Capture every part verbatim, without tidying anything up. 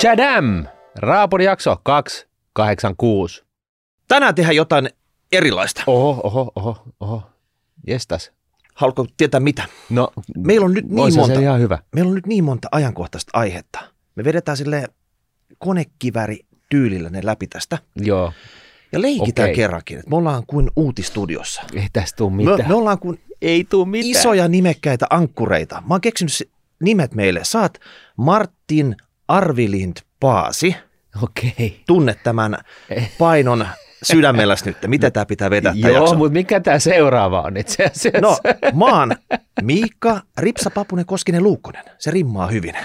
Chadam! Raapuri jakso kaksisataakahdeksankymmentäkuusi. Tänään tehdään jotain erilaista. Oho, oho, oho, oho. Jestas. Haluatko tietää mitä? No, meillä on nyt niin monta, se ihan hyvä. Meillä on nyt niin monta ajankohtaista aihetta. Me vedetään sille konekiväri tyylillä ne läpi tästä. Joo. Ja leikitään Okei. kerrankin, että me ollaan kuin uutistudiossa. Ei tästä tule mitään. Me, me ollaan kuin Ei tule mitään. isoja nimekkäitä ankkureita. Mä oon keksinyt se- nimet meille. Saat Martin Arvilind Paasi. Okei. Tunnet tämän painon sydämelläsi nyt. Mitä tää pitää vetää tää Joo, jakso? mutta mikä tämä seuraava on itse asiassa? No, mä oon Miikka Ripsa Papunen Koskinen Luukkonen. Se rimmaa hyvin.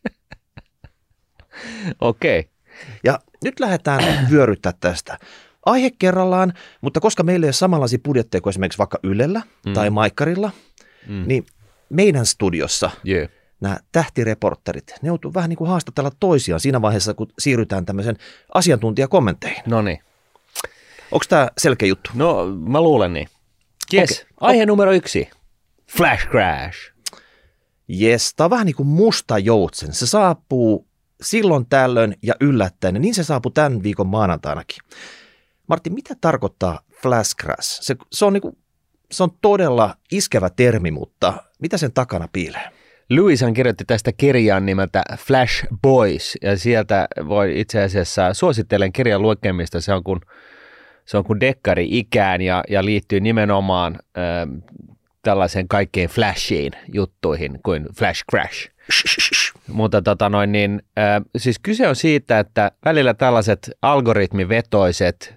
Okei. Ja nyt lähdetään vyöryttää tästä. Aihe kerrallaan, mutta koska meillä ei ole samanlaisia budjetteja kuin esimerkiksi vaikka Ylellä mm. tai Maikkarilla, mm. niin meidän studiossa Yeah. nämä tähtireportterit, ne joutuu vähän niin kuin haastatella toisiaan siinä vaiheessa, kun siirrytään tämmöisen asiantuntijakommentteihin. No niin. Onko tämä selkeä juttu? No, mä luulen niin. Yes. Okei. Aihe numero yksi. Flash Crash. Jes, tämä on vähän niin kuin musta joutsen. Se saapuu silloin tällöin ja yllättäen, ja niin se saapuu tämän viikon maanantainakin. Martti, mitä tarkoittaa flash crash? Se, se, on, niin kuin, se on todella iskevä termi, mutta mitä sen takana piilee? Lewishan kirjoitti tästä kirjan nimeltä Flash Boys, ja sieltä voi itse asiassa, suosittelen kirjan lukemista, se on kuin, se on kuin dekkari ikään ja, ja liittyy nimenomaan äh, tällaiseen kaikkein flashiin juttuihin kuin Flash Crash. Mutta tota noin, niin, äh, siis kyse on siitä, että välillä tällaiset algoritmivetoiset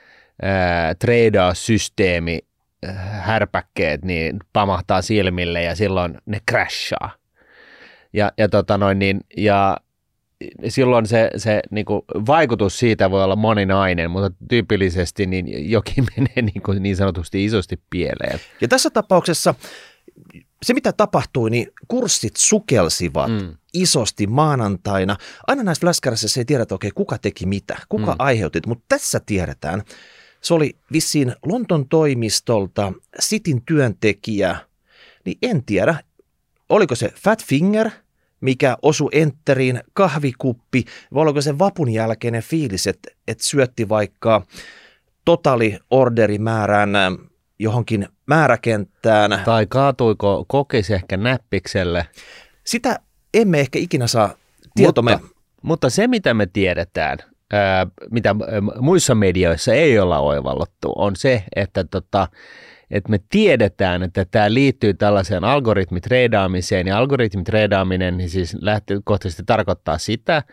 äh, treidaussysteemi äh, härpäkkeet niin pamahtaa silmille ja silloin ne crashaa. Ja, ja, tota noin, niin, ja silloin se, se niin kuin vaikutus siitä voi olla moninainen, mutta tyypillisesti niin jokin menee niin, kuin niin sanotusti isosti pieleen. Ja tässä tapauksessa se, mitä tapahtui, niin kurssit sukelsivat mm. isosti maanantaina. Aina näissä flash-crashissa ei tiedä, että okei, kuka teki mitä, kuka mm. aiheutti, mutta tässä tiedetään. Se oli vissiin Lontoon toimistolta Cityn työntekijä, niin en tiedä, oliko se Fat Finger, mikä osui enteriin, kahvikuppi, vai oliko se vapun jälkeinen fiilis, että, että syötti vaikka totaali-orderimäärän johonkin määräkenttään. Tai kaatuiko kokis ehkä näppikselle. Sitä emme ehkä ikinä saa tietomme. Mutta, mutta se, mitä me tiedetään, ää, mitä muissa medioissa ei olla oivallottu, on se, että, tota, että me tiedetään, että tämä liittyy tällaiseen algoritmitreidaamiseen, ja algoritmitreidaaminen niin siis lähtökohtaisesti tarkoittaa sitä,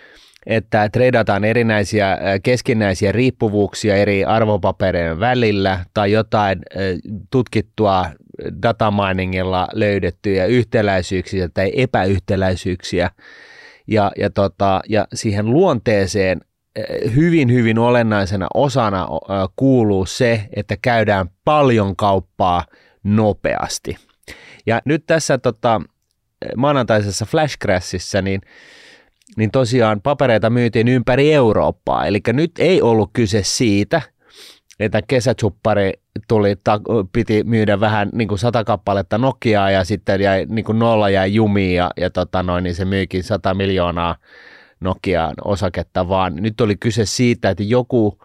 että treidataan erinäisiä keskinäisiä riippuvuuksia eri arvopapereiden välillä tai jotain tutkittua dataminingilla löydettyjä yhtäläisyyksiä tai epäyhtäläisyyksiä. Ja, ja, tota, ja siihen luonteeseen hyvin, hyvin olennaisena osana kuuluu se, että käydään paljon kauppaa nopeasti. Ja nyt tässä tota, maanantaisessa Flash Crashissa, niin niin tosiaan papereita myytiin ympäri Eurooppaa. Eli nyt ei ollut kyse siitä, että kesätsuppari tuli, ta, piti myydä vähän niin kuin sata kappaletta Nokiaa ja sitten jäi, niin kuin nolla jäi jumiin ja, ja tota noin, niin se myykin sata miljoonaa Nokiaan osaketta, vaan nyt oli kyse siitä, että joku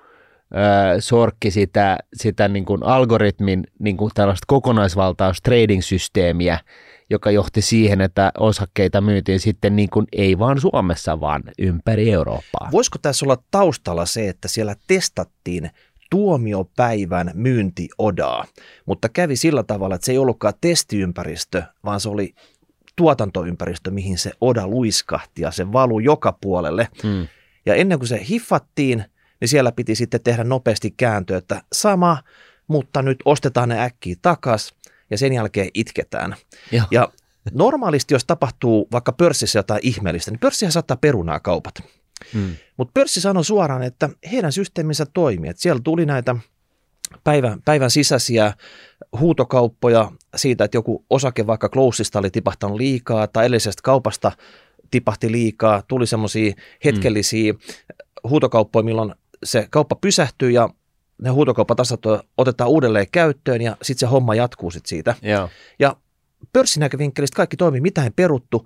ö, sorkki sitä, sitä niin kuin algoritmin niin kuin tällaista kokonaisvaltaus trading-systeemiä, joka johti siihen, että osakkeita myytiin sitten niin kuin ei vaan Suomessa, vaan ympäri Eurooppaa. Voisiko tässä olla taustalla se, että siellä testattiin tuomiopäivän myyntiodaa, mutta kävi sillä tavalla, että se ei ollutkaan testiympäristö, vaan se oli tuotantoympäristö, mihin se oda luiskahti ja se valui joka puolelle. Hmm. Ja ennen kuin se hiffattiin, niin siellä piti sitten tehdä nopeasti kääntö, että sama, mutta nyt ostetaan ne äkkiä takaisin. Ja sen jälkeen itketään. Joo. Ja normaalisti, jos tapahtuu vaikka pörssissä jotain ihmeellistä, niin pörssihän saattaa perunaa kaupat. Hmm. Mutta pörssi sanoi suoraan, että heidän systeeminsä toimii. Että siellä tuli näitä päivän, päivän sisäisiä huutokauppoja siitä, että joku osake vaikka Closesta oli tipahtanut liikaa tai edellisestä kaupasta tipahti liikaa. Tuli semmoisia hetkellisiä hmm. huutokauppoja, milloin se kauppa pysähtyy ja ne huutokauppatasat otetaan uudelleen käyttöön ja sitten se homma jatkuu sit siitä. Joo. Ja pörssinäkövinkkelistä kaikki toimii, mitä ei peruttu,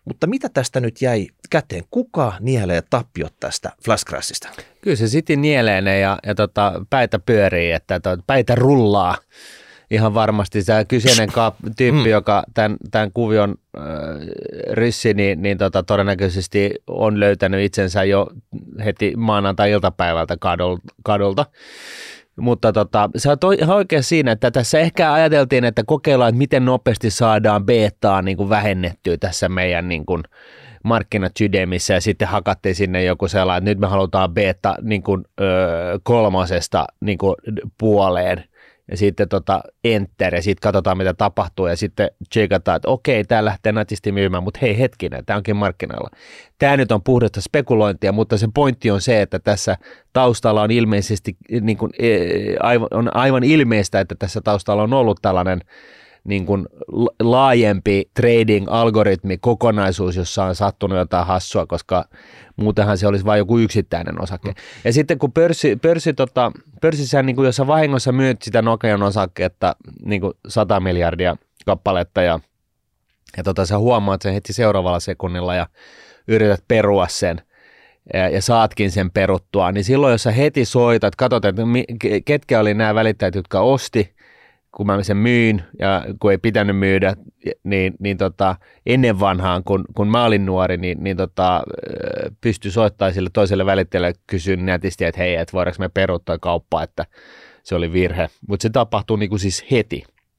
Mutta mitä tästä nyt jäi käteen? Kuka nielee tappiot tästä flash crashista? Kyllä se City nielee ne ja, ja tota, päitä pyörii, että to, päitä rullaa. Ihan varmasti se kyseinen tyyppi, mm. joka tämän, tämän kuvion äh, ryssi, niin, niin tota, todennäköisesti on löytänyt itsensä jo heti maanantai-iltapäivältä kadol, kadolta. Mutta tota, sä oot ihan oikein siinä, että tässä ehkä ajateltiin, että kokeillaan, että miten nopeasti saadaan betaa niin kuin vähennettyä tässä meidän niin kuin markkinasydämissä ja sitten hakattiin sinne joku sellainen, että nyt me halutaan beta niin kuin, öö, kolmosesta niin kuin puoleen. Ja sitten tota enter ja sitten katsotaan mitä tapahtuu ja sitten tsekataan, että okei, tämä lähtee natisti myymään, mutta hei hetkinen, tämä onkin markkinoilla. Tämä nyt on puhdasta spekulointia, mutta se pointti on se, että tässä taustalla on ilmeisesti, niin kuin, aivan, on aivan ilmeistä, että tässä taustalla on ollut tällainen niin kuin laajempi trading-algoritmi kokonaisuus, jossa on sattunut jotain hassua, koska muutenhan se olisi vain joku yksittäinen osake. Mm. Ja sitten kun pörssi, pörssi tota, pörssissä, niin kuin jos sä vahingossa myyt sitä Nokian osakkeetta niin kuin sata miljardia kappaletta ja, ja tota, sä huomaat sen heti seuraavalla sekunnilla ja yrität perua sen ja, ja saatkin sen peruttua, niin silloin jos sä heti soitat, katsot, että ketkä oli nämä välittäjät, jotka osti, kun mä sen myyn ja kun ei pitänyt myydä, niin, niin tota, ennen vanhaan, kun, kun mä olin nuori, niin, niin tota, pystyi soittamaan sille toiselle välittäjälle kysyä nätisti, että hei, että voidaanko me peruuttaa kauppaa, että se oli virhe. Mutta se tapahtui niin kuin siis heti,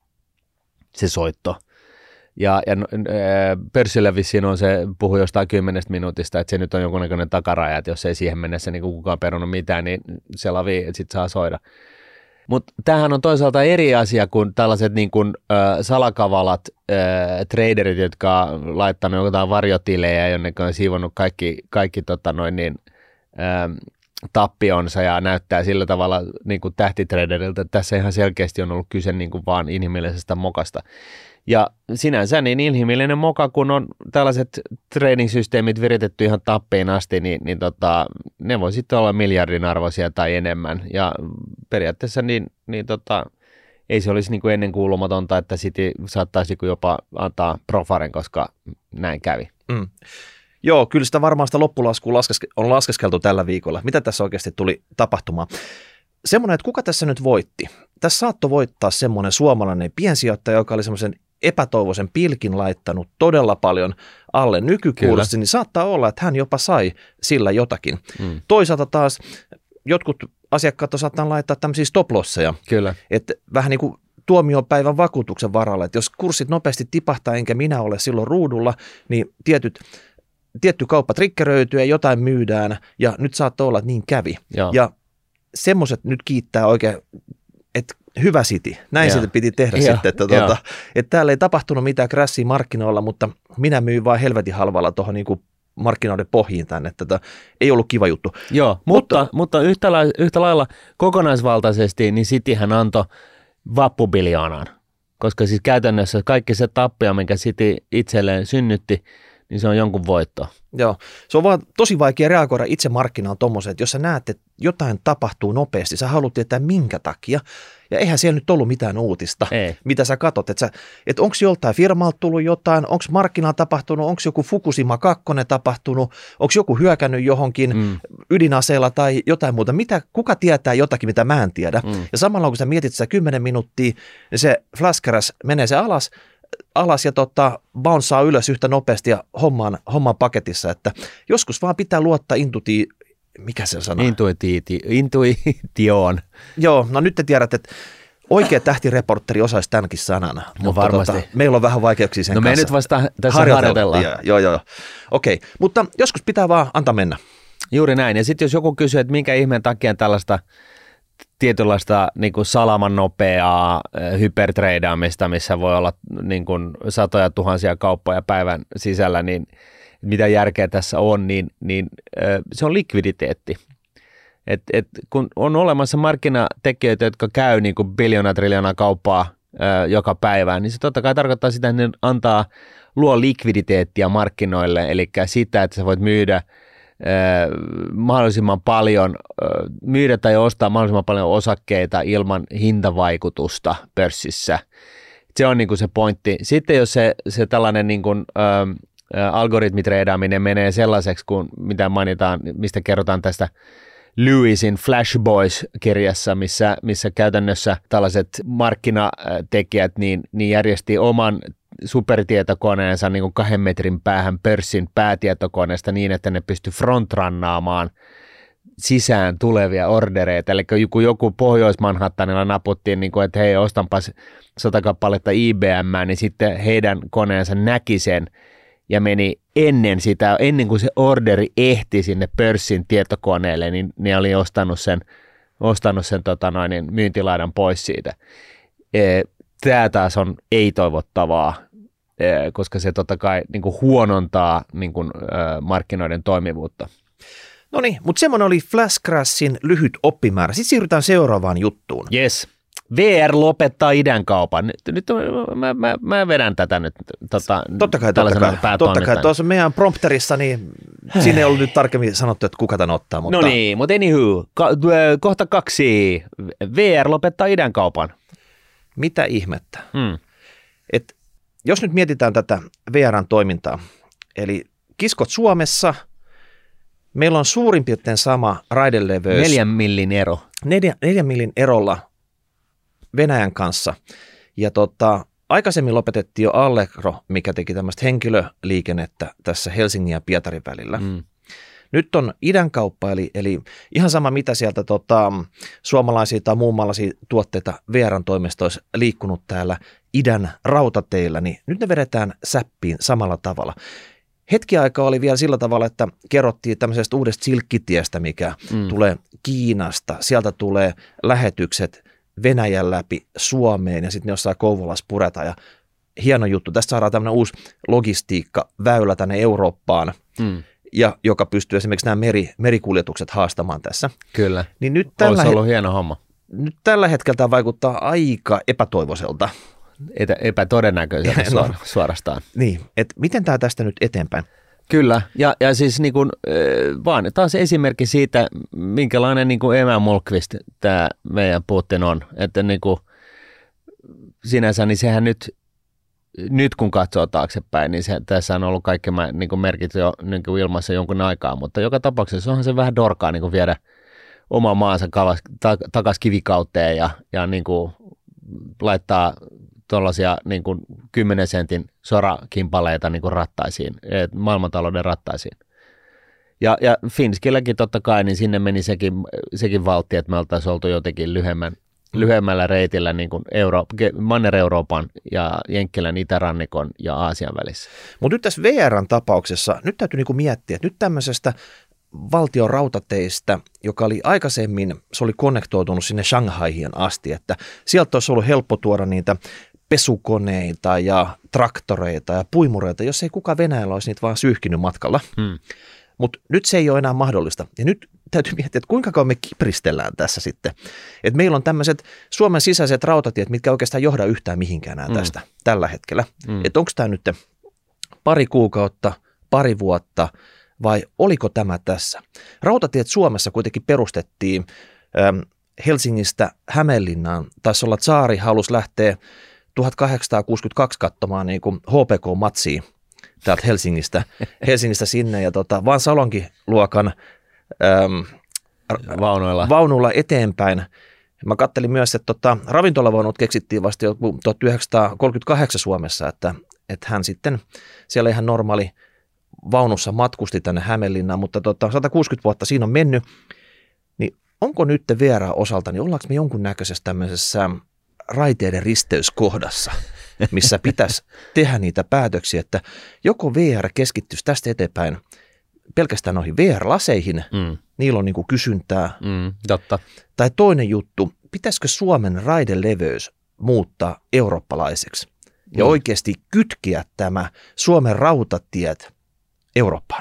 se soitto. Ja, ja pörssillä vissiin on se, puhui jostain kymmenestä minuutista, että se nyt on jonkunnäköinen takaraja, että jos ei siihen mennessä niin kukaan perunut mitään, niin se lavii, että sit saa soida. Mutta tämähän on toisaalta eri asia kuin tällaiset niin kuin, äh, salakavalat äh, traderit, jotka on laittanut jotain varjotilejä, jonne on siivonnut kaikki, kaikki tota noin niin, äh, tappionsa ja näyttää sillä tavalla niin kuin tähtitraderilta. Tässä ihan selkeästi on ollut kyse niin kuin vaan inhimillisestä mokasta. Ja sinänsä niin inhimillinen moka, kun on tällaiset trading-systeemit viritetty ihan tappiin asti, niin, niin tota, ne voi sitten olla miljardin arvoisia tai enemmän. Ja periaatteessa niin, niin tota, ei se olisi niin kuin ennenkuulumatonta, että City saattaisi jopa antaa profaren, koska näin kävi. Mm. Joo, kyllä sitä varmaan sitä loppulaskua laskeske- on laskeskeltu tällä viikolla. Mitä tässä oikeasti tuli tapahtumaan? Semmoinen, että kuka tässä nyt voitti? Tässä saattoi voittaa semmoinen suomalainen piensijoittaja, joka oli semmoisen epätoivoisen pilkin laittanut todella paljon alle nykykurssin, niin saattaa olla, että hän jopa sai sillä jotakin. Mm. Toisaalta taas jotkut asiakkaat saattaa laittaa tämmöisiä stop-losseja, Kyllä. että vähän niin kuin tuomiopäivän vakuutuksen varalle, että jos kurssit nopeasti tipahtaa enkä minä ole silloin ruudulla, niin tietyt, tietty kauppa triggeröityy ja jotain myydään ja nyt saattaa olla, että niin kävi. Joo. Ja semmoiset nyt kiittää oikein, että hyvä City. Näin sitä piti tehdä ja, sitten, että, tuota, että täällä ei tapahtunut mitään crashia markkinoilla, mutta minä myin vain helvetin halvalla tuohon niin kuin markkinoiden pohjiin tänne. Tätä ei ollut kiva juttu. Joo, mutta, mutta, mutta yhtä, lailla, yhtä lailla kokonaisvaltaisesti niin Cityhän antoi vappubiljoonan, koska siis käytännössä kaikki se tappia, minkä City itselleen synnytti, niin se on jonkun voitto. Joo, se on vaan tosi vaikea reagoida itse markkinaan tommoseen, että jos sä näet, että jotain tapahtuu nopeasti, sä haluat tietää minkä takia, ja eihän siellä nyt ollut mitään uutista, Ei. mitä sä katot, että, että onko joltain firmalta tullut jotain, onko markkinaan tapahtunut, onko joku Fukushima kaksi tapahtunut, onko joku hyökännyt johonkin mm. ydinaseella tai jotain muuta, mitä, kuka tietää jotakin, mitä mä en tiedä, mm. ja samalla kun sä mietit sitä kymmenen minuuttia, niin se flash crash menee se alas, alas ja tota, bounceaa ylös yhtä nopeasti ja hommaan, hommaan paketissa, että joskus vaan pitää luottaa intuiti, mikä se sana? Intuitiiti, intuitioon. Joo, no nyt te tiedät, että oikea tähtireportteri osaisi tämänkin sanana, no mutta varmasti. Tota, meillä on vähän vaikeuksia sen no kanssa. No me nyt vasta tässä harjoitellaan. Joo, joo, joo. Okei, mutta joskus pitää vaan antaa mennä. Juuri näin, ja sitten jos joku kysyy, että minkä ihmeen takia tällaista tietynlaista niin kuin salaman nopeaa hypertreidaamista, missä voi olla niin kuin satoja tuhansia kauppoja päivän sisällä, niin mitä järkeä tässä on, niin, niin se on likviditeetti. Et, et, kun on olemassa markkinatekijöitä, jotka käy niin kuin biljoona triljoonaa kauppaa ää, joka päivä, niin se totta kai tarkoittaa sitä, että ne antaa, luo likviditeettiä markkinoille, eli sitä, että sä voit myydä mahdollisimman paljon, myydä tai ostaa mahdollisimman paljon osakkeita ilman hintavaikutusta pörssissä. Se on niin kuin se pointti. Sitten jos se, se tällainen niin kuin, algoritmitreidaaminen menee sellaiseksi, kuin mitä mainitaan, mistä kerrotaan tästä Lewisin Flash Boys-kirjassa, missä, missä käytännössä tällaiset markkinatekijät niin, niin järjesti oman supertietokoneensa niin kuin kahden metrin päähän pörssin päätietokoneesta niin, että ne pystyi frontrannaamaan sisään tulevia ordereita. Eli kun joku Pohjois-Manhattanilla naputtiin, niin kuin, että hei, ostanpas sata kappaletta I B M, niin sitten heidän koneensa näki sen ja meni ennen sitä, ennen kuin se orderi ehti sinne pörssin tietokoneelle, niin ne oli ostanut sen, ostanut sen tota noin, myyntilaidan pois siitä. Tämä taas on ei-toivottavaa, koska se totta kai niin kuin huonontaa niin kuin, markkinoiden toimivuutta. No niin, mutta semmoinen oli Flash Crashin lyhyt oppimäärä. Sitten siirrytään seuraavaan juttuun. Yes. V R lopettaa idänkaupan. Nyt, nyt mä, mä, mä vedän tätä nyt tota, totta kai, totta kai, totta kai. Tuossa meidän prompterissa, niin siinä ei ollut nyt tarkemmin sanottu, että kuka tämän ottaa. Mutta... No niin, mutta anywho, kohta kaksi. V R lopettaa idänkaupan. Mitä ihmettä? Hmm. Et jos nyt mietitään tätä V R:n toimintaa, eli kiskot Suomessa, meillä on suurin piirtein sama raideleveys. Neljän millin ero. Neljän, neljän millin erolla Venäjän kanssa. Ja tota, aikaisemmin lopetettiin jo Allegro, mikä teki tämmöistä henkilöliikennettä tässä Helsingin ja Pietarin välillä. Mm. Nyt on idänkauppa, eli, eli ihan sama mitä sieltä tota, suomalaisia tai muunmaalaisia tuotteita V R:n toimesta olisi liikkunut täällä idän rautateillä, niin nyt ne vedetään säppiin samalla tavalla. Hetki aikaa oli vielä sillä tavalla, että kerrottiin tämmöisestä uudesta silkkitiestä, mikä mm. tulee Kiinasta. Sieltä tulee lähetykset Venäjän läpi Suomeen ja sitten ne jossain Kouvolassa puretaan. Ja hieno juttu, tästä saadaan tämmöinen uusi logistiikkaväylä tänne Eurooppaan, mm. ja joka pystyy esimerkiksi nämä meri, merikuljetukset haastamaan tässä. Kyllä, niin nyt tällä olisi ollut hieno homma. Nyt tällä hetkellä tämä vaikuttaa aika epätoivoiselta. Etä, epätodennäköiseltä suor- suorastaan. Niin, että miten tämä tästä nyt eteenpäin? Kyllä, ja, ja siis niin kuin, vaan taas esimerkki siitä, minkälainen niin kuin emämolkvist tämä meidän Putin on. Että niin kuin, sinänsä, niin sehän nyt, nyt kun katsoo taaksepäin, niin se, tässä on ollut kaikki niin kuin merkit jo niin kuin ilmassa jonkun aikaa, mutta joka tapauksessa onhan se vähän dorkaa niin kuin viedä oma maansa kavas, ta, takaisin kivikauteen ja, ja niin kuin laittaa tuollaisia niin kuin kymmenen sentin sorakimpaleita niin kuin rattaisiin, maailmantalouden rattaisiin. Ja, ja Finskilläkin totta kai, niin sinne meni sekin, sekin valtti, että me oltaisiin oltu jotenkin lyhyemmän, mm. lyhyemmällä reitillä niin kuin Euro, Manner-Euroopan ja Jenkkilän itärannikon ja Aasian välissä. Mutta nyt tässä V R:n tapauksessa, nyt täytyy niin kuin miettiä, että nyt tämmöisestä valtion rautateistä, joka oli aikaisemmin, se oli konnektoitunut sinne Shanghaihin asti, että sieltä olisi ollut helppo tuoda niitä pesukoneita ja traktoreita ja puimureita, jos ei kukaan Venäjällä olisi niitä vaan syyhkinyt matkalla. Hmm. Mutta nyt se ei ole enää mahdollista. Ja nyt täytyy miettiä, että kuinka kauan me kipristellään tässä sitten. Että meillä on tämmöiset Suomen sisäiset rautatiet, mitkä oikeastaan johda yhtään mihinkään enää tästä hmm. tällä hetkellä. Hmm. Että onko tämä nyt pari kuukautta, pari vuotta, vai oliko tämä tässä? Rautatiet Suomessa kuitenkin perustettiin ähm, Helsingistä Hämeenlinnaan. Taisi olla, että Tsaari halusi lähteä tuhatkahdeksansataakuusikymmentäkaksi katsomaan niin kuin H P K-matsia täältä Helsingistä, Helsingistä sinne. Ja tota, vaan Salonkin luokan ähm, vaunuilla. vaunuilla eteenpäin. Mä kattelin myös, että tota, ravintolavaunut keksittiin vasta jo tuhatyhdeksänsataakolmekymmentäkahdeksan Suomessa, että, että hän sitten siellä ihan normaali vaunussa matkusti tänne Hämeenlinnaan, mutta tota, sata kuusikymmentä vuotta siinä on mennyt, niin onko nyt V R osalta, niin ollaanko me jonkunnäköisessä tämmöisessä raiteiden risteyskohdassa, missä pitäisi tehdä niitä päätöksiä, että joko V R keskittyisi tästä eteenpäin pelkästään noihin V R-laseihin, mm. niillä on niin kuin kysyntää, mm, totta. Tai toinen juttu, pitäisikö Suomen raideleveys muuttaa eurooppalaiseksi ja mm. oikeasti kytkeä tämä Suomen rautatiet Eurooppaan.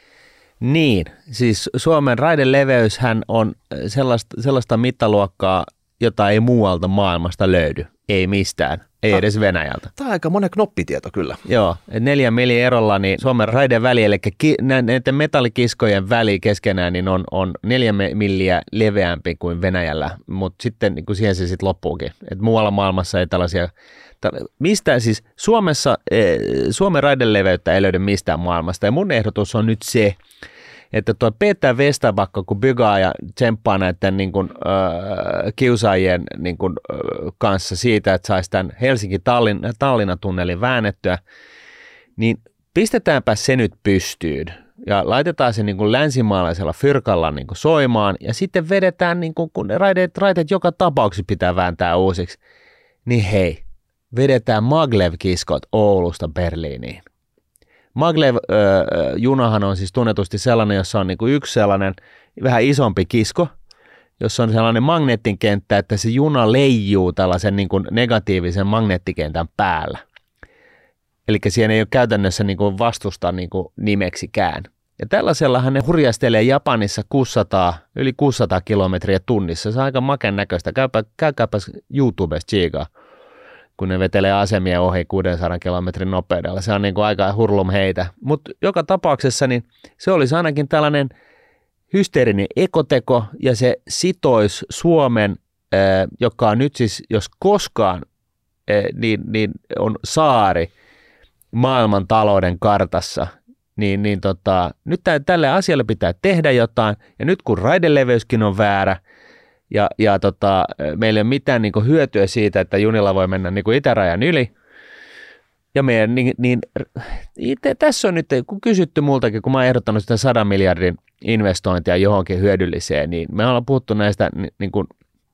Niin, siis Suomen raideleveyshän on sellaista, sellaista mittaluokkaa, jota ei muualta maailmasta löydy, ei mistään, ei Ta- edes Venäjältä. Tämä on aika monen knoppitieto kyllä. Joo, neljän millin erolla niin Suomen raiden väli, eli ki, näiden metallikiskojen väli keskenään niin on, on neljä milliä leveämpi kuin Venäjällä, mutta sitten niin kuin siihen se sitten loppuukin. Et muualla maailmassa ei tällaisia, Mistä siis Suomessa, Suomen raideleveyttä ei löydy mistään maailmasta, ja mun ehdotus on nyt se, että tuo Peter Vesterbacka, kun bygaa ja tsemppaa näiden niin kuin, äh, kiusaajien niin kuin, äh, kanssa siitä, että saisi tämän Helsinki-Tallinna-tunnelin väännettyä, niin pistetäänpä se nyt pystyyn ja laitetaan se niin kuin länsimaalaisella fyrkalla niin kuin soimaan ja sitten vedetään, niin kuin, kun raiteet, raiteet joka tapauksessa pitää vääntää uusiksi, niin hei, vedetään Maglev-kiskot Oulusta Berliiniin. Maglev-junahan on siis tunnetusti sellainen, jossa on niin kuin yksi sellainen vähän isompi kisko, jossa on sellainen magneettikenttä, että se juna leijuu tällaisen niin kuin negatiivisen magneettikentän päällä. Eli siihen ei ole käytännössä niin kuin vastusta niin kuin nimeksikään. Ja tällaisellahan ne hurjastelee Japanissa kuusisataa, yli kuusisataa kilometriä tunnissa. Se on aika maken näköistä. Käykää, käykääpäs YouTubesta tsiikaa, kun ne vetelee asemia ohi kuusisataa kilometrin nopeudella. Se on niin kuin aika hurlum heitä. Mutta joka tapauksessa niin se olisi ainakin tällainen hysteerinen ekoteko, ja se sitoisi Suomen, äh, joka on nyt siis, jos koskaan, äh, niin, niin on saari maailman talouden kartassa, niin, niin tota, nyt tälle asialle pitää tehdä jotain, ja nyt kun raideleveyskin on väärä, ja, ja tota, meillä ei ole mitään niin kuin hyötyä siitä, että junilla voi mennä niin kuin itärajan yli, ja meidän, niin, niin, itse, tässä on nyt, kun kysytty multakin, kun mä oon ehdottanut sitä sadan miljardin investointia johonkin hyödylliseen, niin me ollaan puhuttu näistä niin kuin,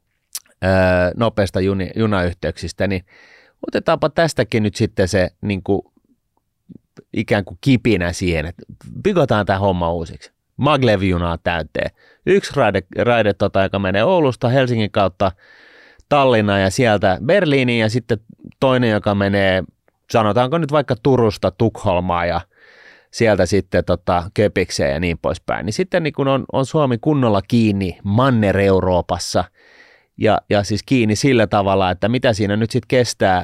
ää, nopeista juni, junayhteyksistä, niin otetaanpa tästäkin nyt sitten se niin kuin, ikään kuin kipinä siihen, että pigotaan tämä homma uusiksi. Maglev-junaa täyteen. Yksi raide, raide tota, joka menee Oulusta Helsingin kautta Tallinnaan ja sieltä Berliiniin, ja sitten toinen, joka menee, sanotaanko nyt vaikka Turusta Tukholmaan ja sieltä sitten tota, Köpikseen ja niin poispäin. Niin sitten niin kun on, on Suomi kunnolla kiinni Manner-Euroopassa, ja, ja siis kiinni sillä tavalla, että mitä siinä nyt sitten kestää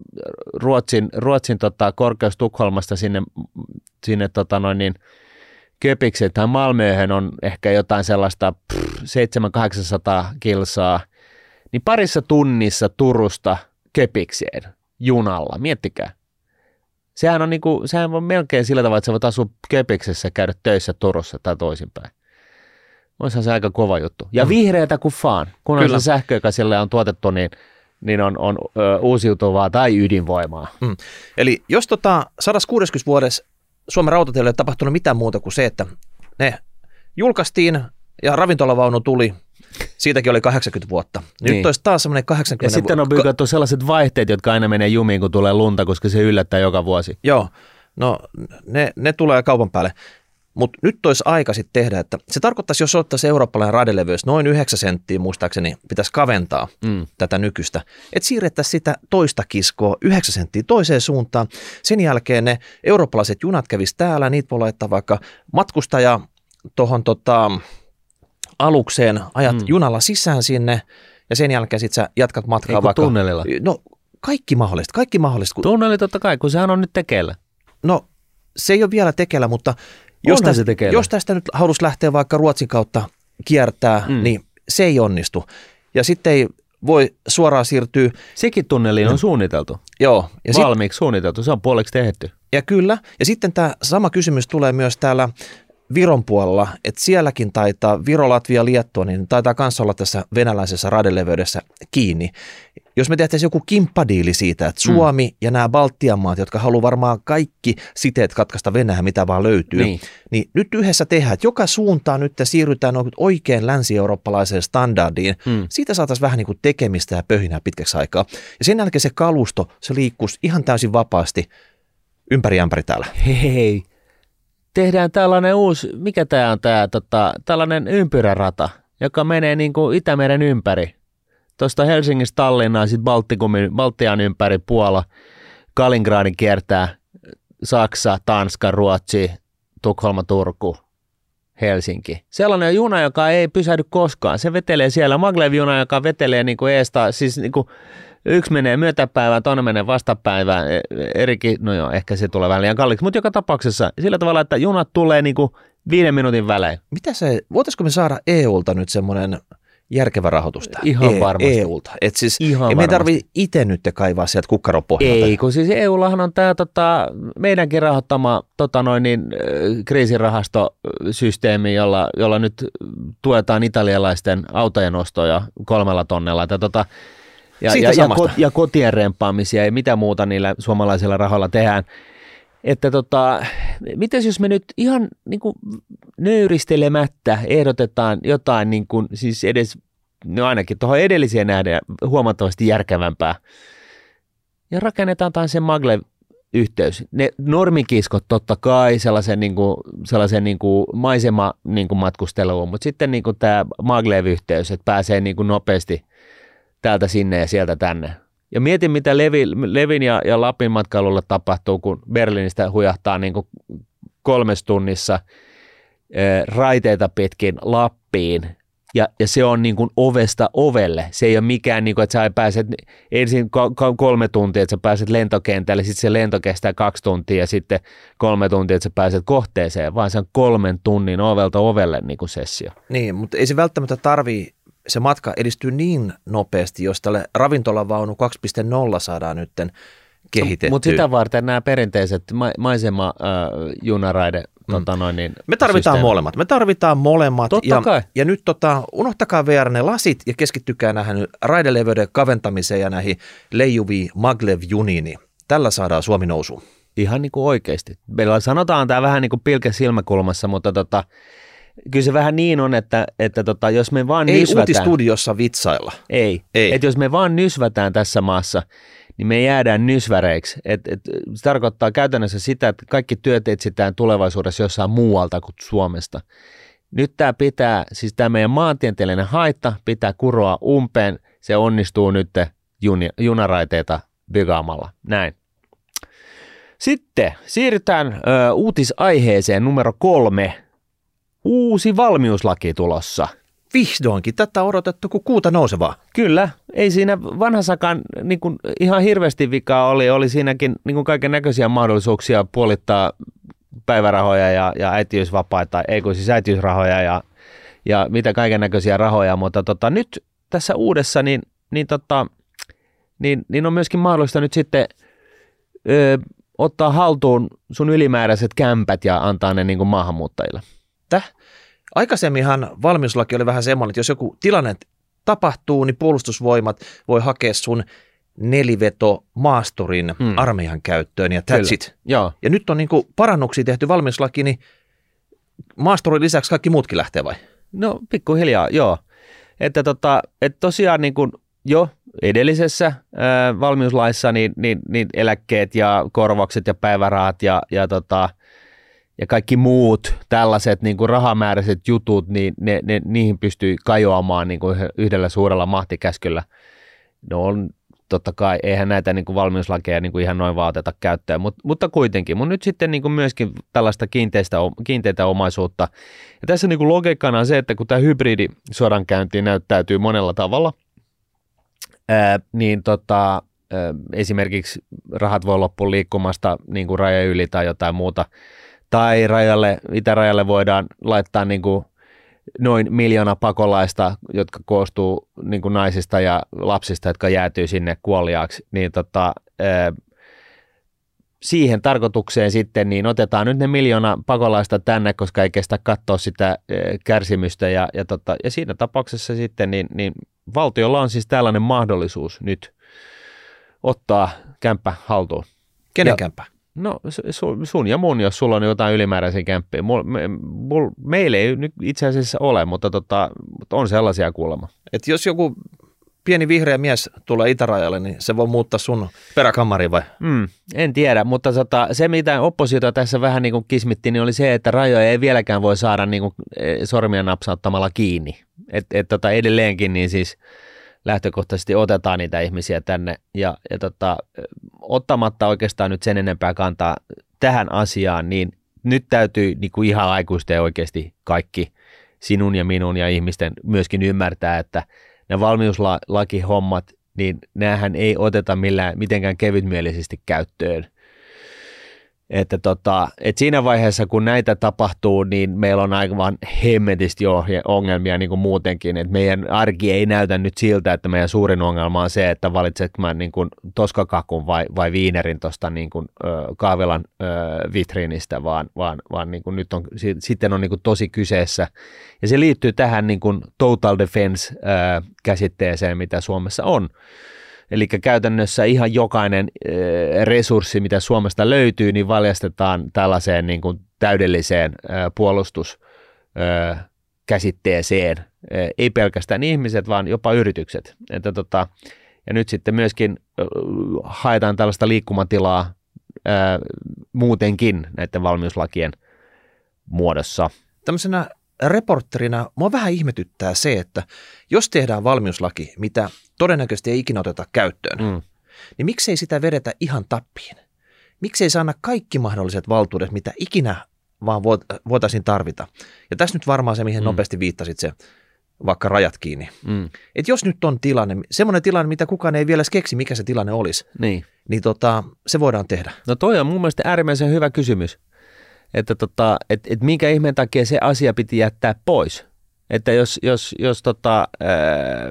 Ruotsin, Ruotsin tota, korkeus Tukholmasta sinne, sinne tota noin niin, Köpikseen tai Malmööhön on ehkä jotain sellaista seitsemän kahdeksansataa kilsaa, niin parissa tunnissa Turusta Köpikseen junalla, miettikää. Sehän on, niinku, sehän on melkein sillä tavalla, että sä voit asua Köpiksessä ja käydä töissä Turussa tai toisinpäin. Olisihan se aika kova juttu. Ja mm. vihreätä kuin faan, kunhan se sähkö, joka siellä on tuotettu, niin niin on, on ö, uusiutuvaa tai ydinvoimaa. Mm. Eli jos tota sata kuusikymmentä vuodessa Suomen rautateille ei ole tapahtunut mitään muuta kuin se, että ne julkaistiin ja ravintolavaunu tuli, siitäkin oli kahdeksankymmentä vuotta. Nyt niin. Olisi taas semmoinen kahdeksankymmentä Ja sitten on bykattu sellaiset vaihteet, jotka aina menee jumiin, kun tulee lunta, koska se yllättää joka vuosi. Joo, no ne, ne tulee kaupan päälle. Mutta nyt olisi aika sitten tehdä, että se tarkoittaisi, jos ottaisiin eurooppalainen raideleveys, noin yhdeksän senttiä muistaakseni pitäisi kaventaa mm. tätä nykyistä. Että siirrettäisiin sitä toista kiskoa yhdeksän senttiä toiseen suuntaan. Sen jälkeen ne eurooppalaiset junat kävisi täällä, niitä voi laittaa vaikka matkustaja tuohon tota, alukseen, ajat mm. junalla sisään sinne ja sen jälkeen sitten sä jatkat matkaa. Eikö vaikka tunnelilla? No kaikki mahdollista, kaikki mahdollista. Tunneli totta kai, kun sehän on nyt tekeillä. No se ei ole vielä tekeillä, mutta Jos tästä, jos tästä nyt haluaisi lähteä vaikka Ruotsin kautta kiertää, mm. niin se ei onnistu. Ja sitten ei voi suoraan siirtyä. Sekin tunneliin on suunniteltu. Joo. Ja Valmiiksi sit, suunniteltu, se on puoleksi tehty. Ja kyllä. Ja sitten tämä sama kysymys tulee myös täällä Viron puolella, että sielläkin taitaa Viro, Latvia, Liettua, niin taitaa kanssa olla tässä venäläisessä raideleveydessä kiinni. Jos me tehtäisiin joku kimppadiili siitä, että Suomi mm. ja nämä Baltian maat, jotka haluaa varmaan kaikki siteet katkaista Venäjään, mitä vaan löytyy, niin, niin nyt yhdessä tehdään, että joka suuntaan nyt siirrytään oikein länsi-eurooppalaiseen standardiin. Mm. Siitä saataisiin vähän niin kuin tekemistä ja pöhinää pitkäksi aikaa. Ja sen jälkeen se kalusto, se liikkuisi ihan täysin vapaasti ympäri ämpäri täällä. Hei, tehdään tällainen uusi, mikä tämä on tämä, tota, tällainen ympyrärata, joka menee niin kuin Itämeren ympäri. Tuosta Helsingistä Tallinnaan, sitten Baltian ympäri Puola, Kaliningradin kiertää Saksa, Tanska, Ruotsi, Tukholma, Turku, Helsinki. Sellainen juna, joka ei pysähdy koskaan. Se vetelee siellä. Maglev-juna, joka vetelee niin kuin eesta, siis niin kuin yksi menee myötäpäivään, toinen menee vastapäivään. Erikin, no joo, ehkä se tulee vähän liian kalliiksi, mutta joka tapauksessa sillä tavalla, että junat tulee niin kuin viiden minuutin välein. Mitä se, voitaisiko me saada E U:lta nyt semmoinen järkevä rahoitus tämä. Ihan e- varmasti. E U:lta. Et siis, Ihan ei me varmasti. tarvitse itse nyt kaivaa sieltä kukkaropohjalta. Ei, kun siis E U:llahan on tämä tota, meidänkin rahoittama tota noin, niin, kriisirahastosysteemi, jolla, jolla nyt tuetaan italialaisten autojen ostoja kolmella tonnella. Ja, tota, ja, ja, ja, ko, ja kotien rempaamisia ja mitä muuta niillä suomalaisilla rahoilla tehdään. Että tota, mitäs jos me nyt ihan niin kuin nöyristelemättä ehdotetaan jotain niin kuin, siis edes, no ainakin tuohon edelliseen nähden huomattavasti järkevämpää ja rakennetaan taas se Maglev-yhteys. Ne normikiskot totta kai sellaisen, niin kuin, sellaisen niin kuin maisema niin kuin matkusteluun, mutta sitten niin kuin tämä Maglev-yhteys, että pääsee niin kuin nopeasti täältä sinne ja sieltä tänne. Ja mietin, mitä Levi, Levin ja, ja Lapin matkailulla tapahtuu, kun Berliinistä hujahtaa niin kuin kolmes tunnissa ää, raiteita pitkin Lappiin. Ja, ja se on niin kuin ovesta ovelle. Se ei ole mikään, niin kuin, että sä pääset ensin kolme tuntia, että sä pääset lentokentälle, sitten se lento kestää kaksi tuntia ja sitten kolme tuntia, että sä pääset kohteeseen, vaan se on kolmen tunnin ovelta ovelle niin kuin sessio. Niin, mutta ei se välttämättä tarvii. Se matka edistyy niin nopeasti, jos tälle ravintolavaunu kaksi piste nolla saadaan nyt kehitettyä. Mutta sitä varten nämä perinteiset ma- maisema-junaraide mm. tota noin, niin me tarvitaan systeemi. molemmat. Me tarvitaan molemmat. Totta ja, kai. ja nyt tota, unohtakaa V R ne lasit ja keskittykää näihin raideleveyden kaventamiseen ja näihin leijuviin Maglev-juniin. Niin tällä saadaan Suomi nousuun. Ihan niin kuin oikeasti. Meillä sanotaan tämä vähän niin kuin pilke silmäkulmassa, mutta tota, kyllä se vähän niin on, että, että tota, jos me vaan ei nysvätään. Ei uutistudiossa vitsailla. Ei. ei. Että jos me vaan nysvätään tässä maassa, niin me jäädään nysväreiksi. Et, et, se tarkoittaa käytännössä sitä, että kaikki työt etsitään tulevaisuudessa jossain muualta kuin Suomesta. Nyt tämä pitää, siis tämä meidän maantieteellinen haitta pitää kuroa umpeen. Se onnistuu nyt juni, junaraiteita bygaamalla. Näin. Sitten siirrytään ö, uutisaiheeseen numero kolme. Uusi valmiuslaki tulossa. Vihdoinkin, tätä on odotettu kuin kuuta nousevaa. Kyllä, ei siinä vanhassakaan niin kuin ihan hirveästi vikaa oli, oli siinäkin niin kuin kaiken näköisiä mahdollisuuksia puolittaa päivärahoja ja, ja äitiysvapaita, ei kun siis äitiysrahoja ja, ja mitä kaiken näköisiä rahoja, mutta tota, nyt tässä uudessa niin, niin, tota, niin, niin on myöskin mahdollista nyt sitten ö, ottaa haltuun sun ylimääräiset kämpät ja antaa ne niin kuin maahanmuuttajille. Täh? Aikaisemminhan valmiuslaki oli vähän semmoinen, että jos joku tilanne tapahtuu, niin puolustusvoimat voi hakea sun neliveto maasturin mm. armeijan käyttöön ja that's it. Joo. Ja nyt on niin kuin parannuksia tehty valmiuslaki, niin maasturin lisäksi kaikki muutkin lähtee vai? No pikkuhiljaa, joo. Että tota, et tosiaan niin kuin jo edellisessä ää, valmiuslaissa niin, niin, niin eläkkeet ja korvaukset ja päivärahat ja, ja tota, ja kaikki muut tällaiset niin kuin rahamääräiset jutut, niin ne, ne, niihin pystyy kajoamaan niin kuin yhdellä suurella mahtikäskyllä. No on totta kai, eihän näitä niin kuin valmiuslakeja niin kuin ihan noin vaan oteta käyttöön, mutta, mutta kuitenkin. Mutta nyt sitten niin kuin myöskin tällaista kiinteistä, kiinteitä omaisuutta. Ja tässä niin kuin logiikkana on se, että kun tämä hybridisodankäynti näyttäytyy monella tavalla, ää, niin tota, ää, esimerkiksi rahat voi loppua liikkumasta niin kuin rajan yli tai jotain muuta, tai rajalle, itärajalle voidaan laittaa niin kuin noin miljoona pakolaista, jotka koostuu niin kuin naisista ja lapsista, jotka jäätyy sinne kuoliaaksi, niin tota, siihen tarkoitukseen sitten niin otetaan nyt ne miljoona pakolaista tänne, koska ei kestä katsoa sitä kärsimystä ja, ja, tota, ja siinä tapauksessa sitten niin, niin valtiolla on siis tällainen mahdollisuus nyt ottaa kämppä haltuun. Kenen ja, kämppä? No sun ja mun, jos sulla on jotain ylimääräisiä kämppiä. Mul, me, mul, meillä ei nyt itse asiassa ole, mutta, tota, mutta on sellaisia kuulemma. Et jos joku pieni vihreä mies tulee itärajalle, niin se voi muuttaa sun peräkammariin vai? Mm, en tiedä, mutta tota, se mitä oppositio tässä vähän niin kuin kismitti, niin oli se, että rajoja ei vieläkään voi saada niin kuin sormia napsauttamalla kiinni. Et, et tota, edelleenkin niin siis lähtökohtaisesti otetaan niitä ihmisiä tänne ja, ja tota, ottamatta oikeastaan nyt sen enempää kantaa tähän asiaan, niin nyt täytyy niin kuin ihan aikuisten oikeasti kaikki sinun ja minun ja ihmisten myöskin ymmärtää, että nämä valmiuslakihommat, niin näähän ei oteta millään, mitenkään kevytmielisesti käyttöön. Että tota, et siinä vaiheessa, kun näitä tapahtuu, niin meillä on aivan hemmetisti jo ongelmia niin kuin muutenkin. Et meidän arki ei näytä nyt siltä, että meidän suurin ongelma on se, että valitsetko mä niin kuin toskakakun vai, vai viinerin tuosta niin kuin, ö, kahvilan ö, vitriinistä, vaan, vaan, vaan niin kuin nyt on, sitten on niin kuin tosi kyseessä. Ja se liittyy tähän niin kuin total defense-käsitteeseen, mitä Suomessa on. Eli käytännössä ihan jokainen resurssi, mitä Suomesta löytyy, niin valjastetaan tällaiseen niin kuin täydelliseen puolustuskäsitteeseen. Ei pelkästään ihmiset, vaan jopa yritykset. Että tota, ja nyt sitten myöskin haetaan tällaista liikkumatilaa ää, muutenkin näiden valmiuslakien muodossa. Tämmöisenä reporterina mua vähän ihmetyttää se, että jos tehdään valmiuslaki, mitä todennäköisesti ei ikinä oteta käyttöön, mm. niin miksei sitä vedetä ihan tappiin? Miksei saa anna kaikki mahdolliset valtuudet, mitä ikinä vaan voitaisiin tarvita? Ja tässä nyt varmaan se, mihin mm. nopeasti viittasit, se vaikka rajat kiinni. Mm. Et jos nyt on tilanne, semmoinen tilanne, mitä kukaan ei vielä keksi, mikä se tilanne olisi, niin, niin tota, se voidaan tehdä. No toi on mun mielestä äärimmäisen hyvä kysymys. Että tota, et, et minkä ihmeen takia se asia piti jättää pois. Että jos, jos, jos tota, ää,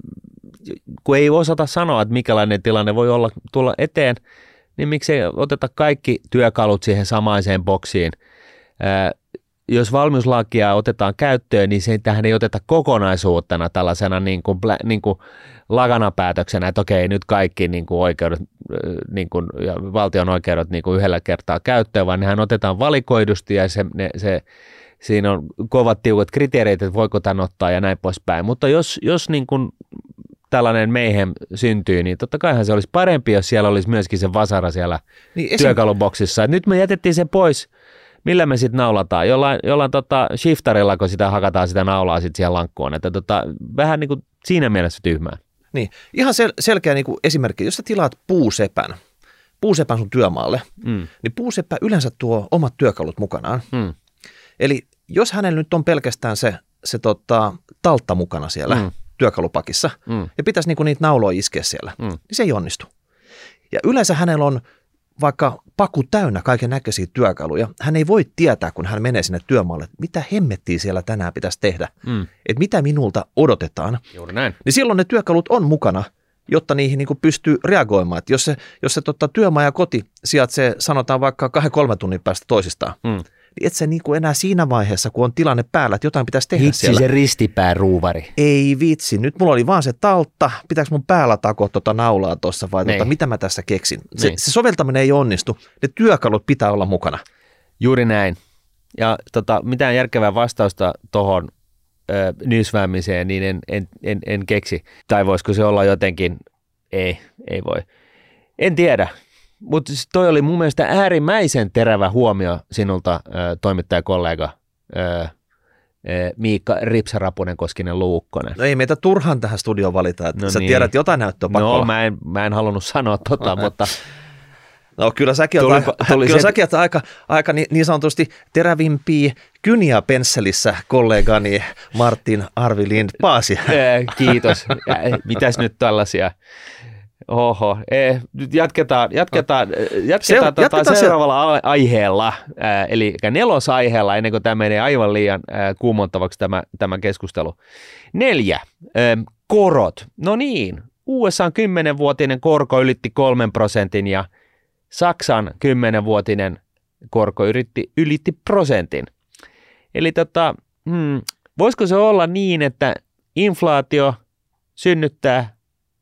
kun ei osata sanoa, että mikälainen tilanne voi olla tulla eteen, niin miksei oteta kaikki työkalut siihen samaiseen boksiin. Ää, jos valmiuslakia otetaan käyttöön, niin tähän ei oteta kokonaisuutena tällaisena niin kuin, niin kuin lakanapäätöksenä, että okei, nyt kaikki niin kuin oikeudet niin kuin, ja valtion oikeudet niin kuin yhdellä kertaa käyttöön, vaan nehän otetaan valikoidusti ja se, ne, se, siinä on kovat tiukat kriteerit, että voiko tämän ottaa ja näin poispäin. Mutta jos, jos niin kuin tällainen mayhem syntyy, niin totta kaihan se olisi parempi, jos siellä olisi myöskin se vasara siellä niin esim... työkaluboksissa. Et nyt me jätettiin se pois. Millä me sitten naulataan? Jollain, jollain tota shiftarilla, kun sitä hakataan sitä naulaa sitten siihen lankkuun. Että tota, vähän niin kuin siinä mielessä tyhmää. Niin, ihan sel- selkeä niin kuin esimerkki. Jos sä tilaat puusepän, puusepän sun työmaalle, mm. niin puuseppä yleensä tuo omat työkalut mukanaan. Mm. Eli jos hänellä nyt on pelkästään se, se tota, taltta mukana siellä mm. työkalupakissa, mm. ja pitäisi niin kuin niitä nauloja iskeä siellä, mm. niin se ei onnistu. Ja yleensä hänellä on vaikka paku täynnä kaiken näköisiä työkaluja, hän ei voi tietää, kun hän menee sinne työmaalle, mitä hemmettiä siellä tänään pitäisi tehdä, mm. että mitä minulta odotetaan. Juuri näin. Niin silloin ne työkalut on mukana, jotta niihin niin kuin pystyy reagoimaan. Että jos se, jos se tota, työmaa ja koti sijaitsee, sanotaan vaikka kahden kolmen tunnin päästä toisistaan, mm. niin et sä niin kuin enää siinä vaiheessa, kun on tilanne päällä, että jotain pitäisi tehdä Hitsi siellä. Se ristipääruuvari. Ei vitsi, nyt mulla oli vaan se taltta, pitääkö mun päällä takoa tuota naulaa tuossa vai tuota, mitä mä tässä keksin. Se, se soveltaminen ei onnistu, ne työkalut pitää olla mukana. Juuri näin. Ja tota, mitään järkevää vastausta tuohon nysväämiseen, niin en, en, en, en keksi. Tai voisiko se olla jotenkin, ei, ei voi. En tiedä. Mutta toi oli mun mielestä äärimmäisen terävä huomio sinulta, ö, toimittajakollega ö, Miikka Ripsarapunen-Koskinen Luukkonen. No ei meitä turhaan tähän studioon valita, että no sä niin. tiedät jotain näyttöä pakolla. No mä en, mä en halunnut sanoa tota, mutta... No kyllä säkin olet aika, kyllä säkin olet aika, aika niin sanotusti terävimpiä kyniä pensselissä kollegani Martin Arvi Lind-Paasi. Kiitos. Mitäs nyt tällaisia... Oho, eh, nyt jatketaan, jatketaan, jatketaan, se, tota jatketaan seuraavalla se. aiheella, äh, eli nelosaiheella, ennen kuin tämä menee aivan liian äh, kuumottavaksi tämä, tämä keskustelu. Neljä, äh, korot. No niin, U S A:n kymmenvuotinen korko ylitti kolmen prosentin ja Saksan kymmenvuotinen korko ylitti, ylitti prosentin. Eli tota, hmm, voisiko se olla niin, että inflaatio synnyttää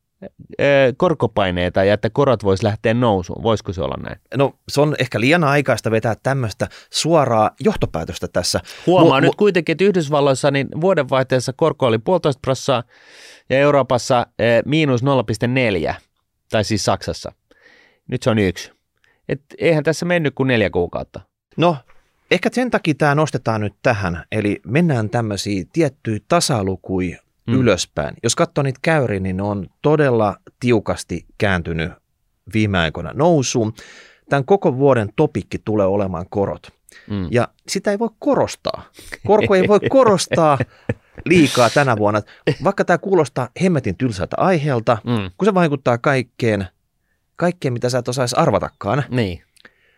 korkopaineita ja että korot voisi lähteä nousuun. Voisiko se olla näin? No se on ehkä liian aikaista vetää tämmöistä suoraa johtopäätöstä tässä. Huomaa mu- nyt kuitenkin, että Yhdysvalloissa niin vuodenvaihteessa korko oli puolitoista prosenttia ja Euroopassa eh, miinus nolla pilkku neljä, tai siis Saksassa. Nyt se on yksi. Et eihän tässä mennyt kuin neljä kuukautta. No ehkä sen takia tämä nostetaan nyt tähän, eli mennään tämmöisiä tiettyjä tasalukuja Mm. ylöspäin. Jos katsoo niitä käyriä, niin ne on todella tiukasti kääntynyt viime aikoina nousuun. Tämän koko vuoden topikki tulee olemaan korot. Mm. Ja sitä ei voi korostaa. Korko ei voi korostaa liikaa tänä vuonna. Vaikka tämä kuulostaa hemmetin tylsältä aiheelta, mm. kun se vaikuttaa kaikkeen, kaikkeen mitä sä et osaisi arvatakaan, niin.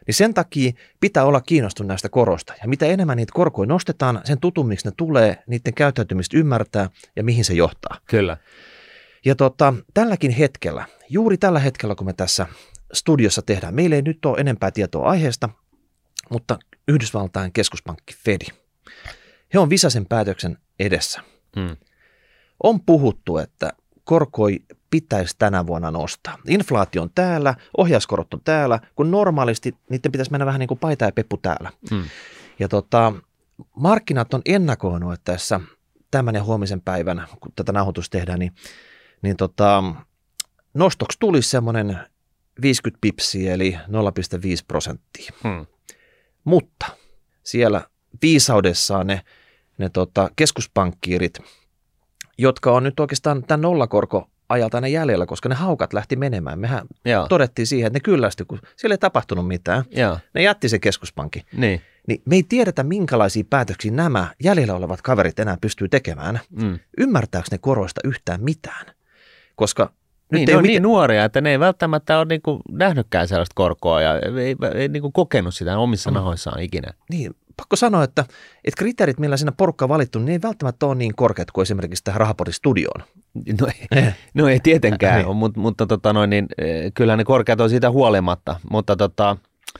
Niin sen takia pitää olla kiinnostunut näistä korosta. Ja mitä enemmän niitä korkoja nostetaan, sen tutummiksi ne tulee, niiden käyttäytymistä ymmärtää ja mihin se johtaa. Kyllä. Ja tota, tälläkin hetkellä, juuri tällä hetkellä, kun me tässä studiossa tehdään, meillä ei nyt ole enempää tietoa aiheesta, mutta Yhdysvaltain keskuspankki Fedi, he on visaisen päätöksen edessä. Hmm. On puhuttu, että korkoi pitäisi tänä vuonna nostaa. Inflaatio on täällä, ohjauskorot on täällä, kun normaalisti niiden pitäisi mennä vähän niin kuin paita ja peppu täällä. Hmm. Ja tota, markkinat on ennakoinut, että tässä tämän ja huomisen päivän, kun tätä nauhoitusta tehdään, niin, niin tota, nostoksi tulisi semmoinen viisikymmentä pipsiä, eli nolla pilkku viisi prosenttia. Hmm. Mutta siellä viisaudessaan ne, ne tota, keskuspankkiirit, jotka on nyt oikeastaan tämän nollakorkoajalta ne jäljellä, koska ne haukat lähti menemään. Mehän Joo. todettiin siihen, että ne kyllästyi, kun siellä ei tapahtunut mitään. Joo. Ne jätti se keskuspankki. Niin. Niin me ei tiedetä, minkälaisia päätöksiä nämä jäljellä olevat kaverit enää pystyy tekemään. Mm. Ymmärtääkö ne koroista yhtään mitään? Koska nyt niin, ei ne on mitään... niin nuoria, että ne ei välttämättä ole niinku nähnytkään sellaista korkoa ja ei, ei niinku kokenut sitä omissa mm. nahoissaan ikinä. Niin, pakko sanoa, että, että kriteerit, millä siinä porukka on valittu, niin ei välttämättä ole niin korkeat kuin esimerkiksi tähän Rahapodin-studioon. No ei, eh. no ei tietenkään, eh. mutta, mutta tota noin, niin, kyllähän ne korkeat on siitä huolimatta, mutta tota,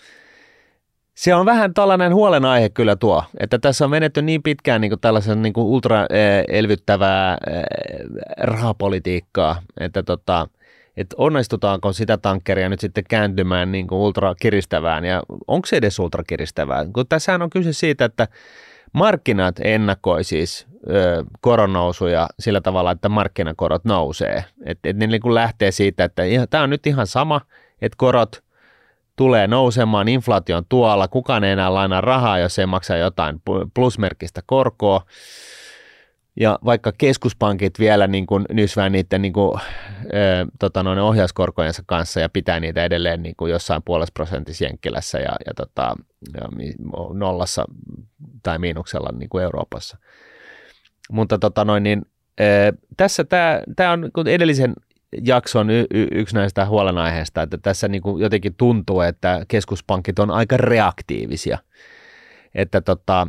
se on vähän tällainen huolenaihe kyllä tuo, että tässä on menetty niin pitkään niin kuin tällaisen niin kuin ultra-elvyttävää rahapolitiikkaa, että tota, että onnistutaanko sitä tankkeria nyt sitten kääntymään niin kuin ultrakiristävään ja onko se edes ultrakiristävää? Kun tässähän on kyse siitä, että markkinat ennakoi siis ö, koronousuja sillä tavalla, että markkinakorot nousee. Että et ne niin kuin lähtee siitä, että tämä on nyt ihan sama, että korot tulee nousemaan, inflaatio on tuolla, kukaan ei enää lainaa rahaa, jos ei maksa jotain plusmerkistä korkoa. Ja vaikka keskuspankit vielä niin kuin nysvää niiden niin kuin, ö, tota noin ohjauskorkojensa kanssa ja pitää niitä edelleen niin kuin jossain puolessa prosentissa Jenkkilässä ja, ja, tota, ja nollassa tai miinuksella niin kuin Euroopassa. Mutta tota noin, niin, ö, tässä tämä on edellisen jakson y- y- yksi näistä huolenaiheista, että tässä niin kuin jotenkin tuntuu, että keskuspankit on aika reaktiivisia, että tota,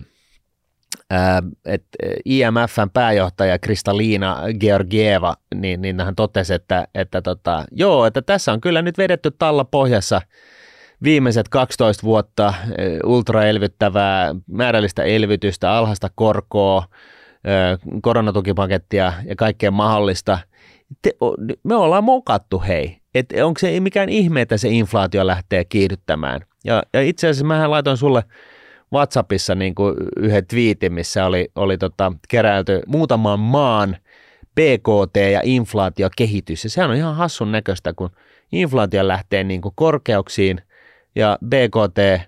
että I M F:n pääjohtaja Kristalina Georgieva, niin, niin hän totesi, että, että tota, joo, että tässä on kyllä nyt vedetty talla pohjassa viimeiset kaksitoista vuotta ultraelvyttävää määrällistä elvytystä, alhaista korkoa, koronatukipakettia ja kaikkea mahdollista. Te, me ollaan mokattu, hei, että onko se mikään ihme, että se inflaatio lähtee kiihdyttämään. Ja, ja itse asiassa mähän laitoin sulle WhatsAppissa niin kuin yhden twiitin, missä oli, oli tota, keräilty muutaman maan B K T ja inflaatiokehitys. Ja sehän on ihan hassun näköistä, kun inflaatio lähtee niin kuin korkeuksiin ja B K T ää,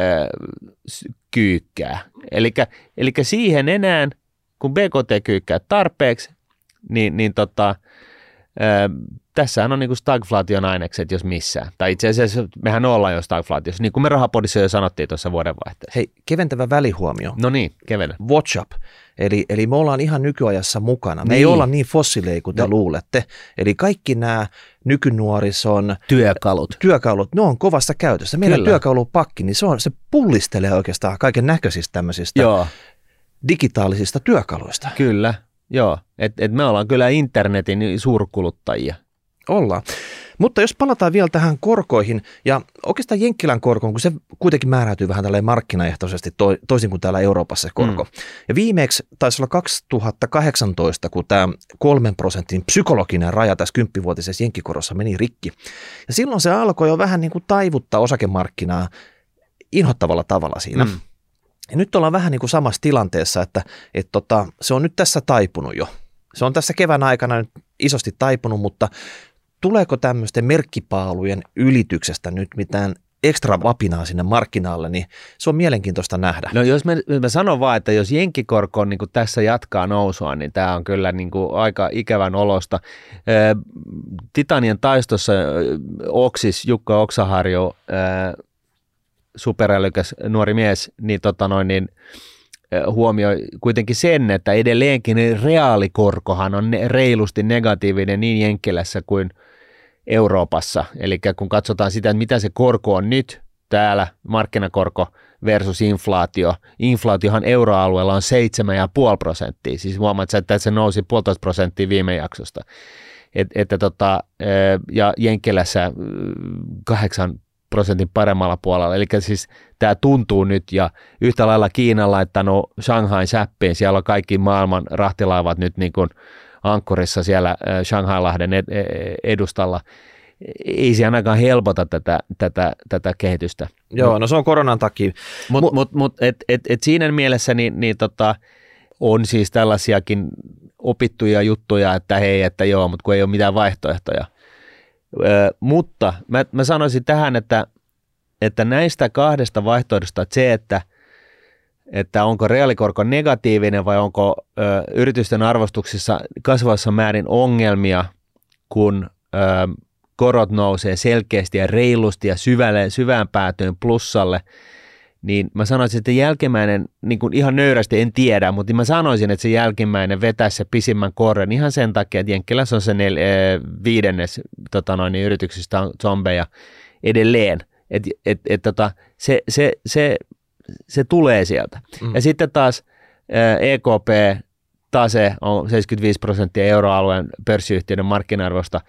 kyykkää. Eli siihen enää, kun B K T kyykkää tarpeeksi, niin, niin tota, ää, tässähän on niin kuin stagflaation ainekset, jos missään. Tai itse asiassa mehän ollaan jo stagflaatiossa, niin kuin me Rahapodissa jo sanottiin tuossa vuodenvaihteessa. Hei, keventävä välihuomio. No niin, kevennä. Watch up. Eli, eli me ollaan ihan nykyajassa mukana. Me niin. ei olla niin fossileja kuin te no. luulette. Eli kaikki nämä nykynuorison työkalut. työkalut, ne on kovassa käytössä. Meidän Kyllä. työkalupakki, niin se, on, se pullistelee oikeastaan kaiken näköisistä tämmöisistä Joo. digitaalisista työkaluista. Kyllä, joo. Et, et me ollaan kyllä internetin suurkuluttajia. Ollaan. Mutta jos palataan vielä tähän korkoihin ja oikeastaan Jenkkilän korkoon, kun se kuitenkin määräytyy vähän tälleen markkinaehtoisesti to, toisin kuin täällä Euroopassa se korko. Mm. Ja viimeksi taisi olla kaksituhattakahdeksantoista, kun tämä kolmen prosentin psykologinen raja tässä kymppivuotisessa jenkkikorossa meni rikki. Ja silloin se alkoi jo vähän niin kuin taivuttaa osakemarkkinaa inhottavalla tavalla siinä. Mm. Ja nyt ollaan vähän niin kuin samassa tilanteessa, että et tota, se on nyt tässä taipunut jo. Se on tässä kevään aikana nyt isosti taipunut, mutta tuleeko tämmöisten merkkipaalujen ylityksestä nyt mitään ekstra vapinaa sinne markkinaalle, niin se on mielenkiintoista nähdä. No jos mä, mä sanon vaan, että jos jenkkikorko on niin kuin tässä jatkaa nousua, niin tämä on kyllä niin kuin aika ikävän olosta. Titanien taistossa Oksis, Jukka Oksaharju, superälykäs nuori mies, niin, tota noin, niin huomioi kuitenkin sen, että edelleenkin reaalikorkohan on reilusti negatiivinen niin Jenkkilässä kuin Euroopassa. Eli kun katsotaan sitä, että mitä se korko on nyt täällä markkinakorko versus inflaatio. Inflaatiohan euroalueella on seitsemän pilkku viisi prosenttia, siis huomaat, että se nousi puolitoista prosenttia viime jaksosta. Et, että tota, ja Jenkkilässä kahdeksan prosentin paremmalla puolella, eli siis tämä tuntuu nyt, ja yhtä lailla Kiina laittanut Shanghain säppiin, siellä on kaikki maailman rahtilaivat nyt niin kuin ankkurissa siellä Shanghailahden edustalla. Ei se ainakaan helpota tätä, tätä, tätä kehitystä. Joo, no se on koronan takia. Mutta mut, mut, et, et, et siinä mielessä niin, niin tota, on siis tällaisiakin opittuja juttuja, että hei, että joo, mutta kun ei ole mitään vaihtoehtoja. Ö, mutta mä, mä sanoisin tähän, että, että näistä kahdesta vaihtoehdosta, että se, että, että onko reaalikorko negatiivinen vai onko ö, yritysten arvostuksissa kasvavassa määrin ongelmia, kun ö, korot nousee selkeästi ja reilusti ja syvälle, syvään päätyyn plussalle, niin mä sanoisin, että jälkimmäinen, niin kuin ihan nöyrästi en tiedä, mutta mä sanoisin, että se jälkimmäinen vetäisi se pisimmän korren ihan sen takia, että Jenkkilässä on se nel, viidennes tota noin, niin yrityksistä on zombeja edelleen. Et, et, et, tota, se, se, se, se tulee sieltä. Mm. Ja sitten taas E K P-tase on seitsemänkymmentäviisi prosenttia euroalueen pörssiyhtiöiden markkina-arvosta,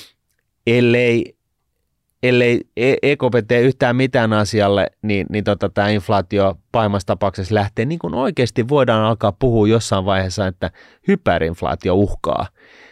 ellei ellei E K P tee yhtään mitään asialle, niin, niin tota, tämä inflaatio pahimmassa tapauksessa lähtee, niin kuin oikeasti voidaan alkaa puhua jossain vaiheessa, että hyperinflaatio uhkaa.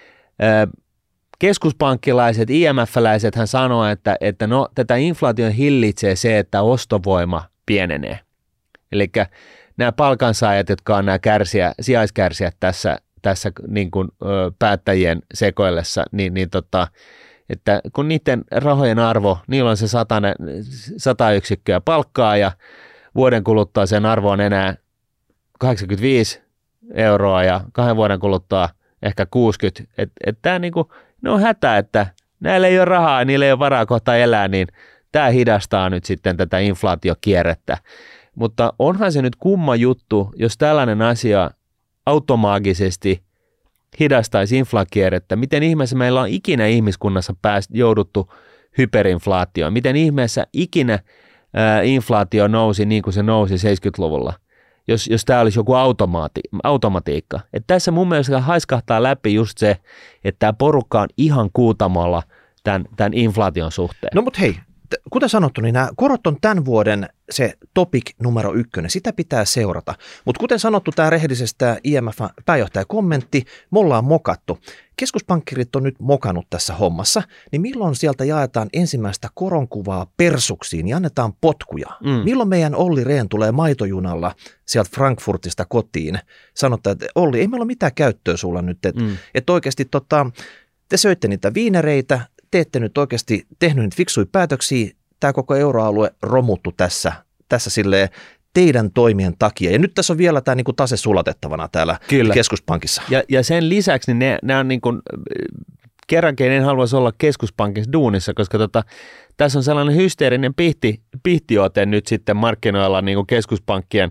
Keskuspankkilaiset, I M F-läiset hän sanoo, että, että no, tätä inflaation hillitsee se, että ostovoima pienenee. Eli nämä palkansaajat, jotka on nämä kärsiä, sijaiskärsijät tässä, tässä niin kuin, ö, päättäjien sekoillessa, niin, niin tota, että kun niiden rahojen arvo, niillä on se satane, sata yksikköä palkkaa ja vuoden kuluttua sen arvo on enää kahdeksankymmentäviisi euroa ja kahden vuoden kuluttua ehkä kuusikymmentä. Että et tämä niinku, ne on hätä, että näillä ei ole rahaa ja niillä ei ole varaa kohta elää, niin tämä hidastaa nyt sitten tätä inflaatiokierrettä. Mutta onhan se nyt kumma juttu, jos tällainen asia automaagisesti hidastaisi inflaatiokierrettä. Miten ihmeessä meillä on ikinä ihmiskunnassa pääst, jouduttu hyperinflaatioon? Miten ihmeessä ikinä ää, inflaatio nousi niin kuin se nousi seitsemänkymmentäluvulla, jos, jos tämä olisi joku automaati, automatiikka? Et tässä mun mielestä haiskahtaa läpi just se, että tämä porukka on ihan kuutamolla tämän, tämän inflaation suhteen. No mutta hei, t- kuten sanottu, niin nämä korot on tämän vuoden se topic numero ykkönen, sitä pitää seurata. Mutta kuten sanottu, tämä rehellisestä I M F-pääjohtaja kommentti, me ollaan mokattu. Keskuspankkirit on nyt mokannut tässä hommassa, niin milloin sieltä jaetaan ensimmäistä koronkuvaa persuksiin ja annetaan potkuja? Mm. Milloin meidän Olli Rehn tulee maitojunalla sieltä Frankfurtista kotiin? Sanotaan, että Olli, ei meillä ole mitään käyttöä sulla nyt, että mm. et oikeasti tota, te söitte niitä viinereitä, te ette nyt oikeasti tehnyt niitä fiksuja päätöksiä, tämä koko euroalue romuttu tässä, tässä silleen teidän toimien takia. Ja nyt tässä on vielä tämä niin kuin tase sulatettavana täällä Kyllä. keskuspankissa. Ja, ja sen lisäksi niin ne, ne on niin kuin, kerrankin en haluaisi olla keskuspankissa duunissa, koska tota, tässä on sellainen hysteerinen pihti, pihtiote nyt sitten markkinoilla niin kuin keskuspankkien,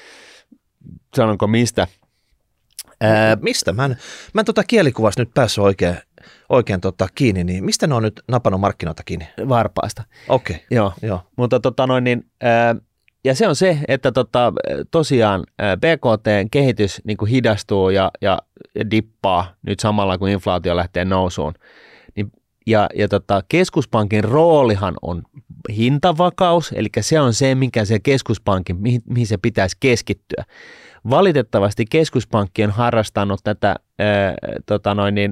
sanonko mistä? Ää, mistä? Mä en, mä en tota kielikuvassa nyt päässyt oikein, oikein tota kiinni, niin mistä ne on nyt napannut markkinoita kiinni? Varpaasta. Okei. Okay. Joo. Joo, mutta tota noin niin, ää, ja se on se, että tota, tosiaan B K T-kehitys niin kuin hidastuu ja, ja dippaa nyt samalla, kun inflaatio lähtee nousuun. Niin, ja ja tota, keskuspankin roolihan on hintavakaus, eli se on se, mikä se keskuspankin, mihin, mihin se pitäisi keskittyä. Valitettavasti keskuspankki on harrastanut tätä ää, tota noin niin,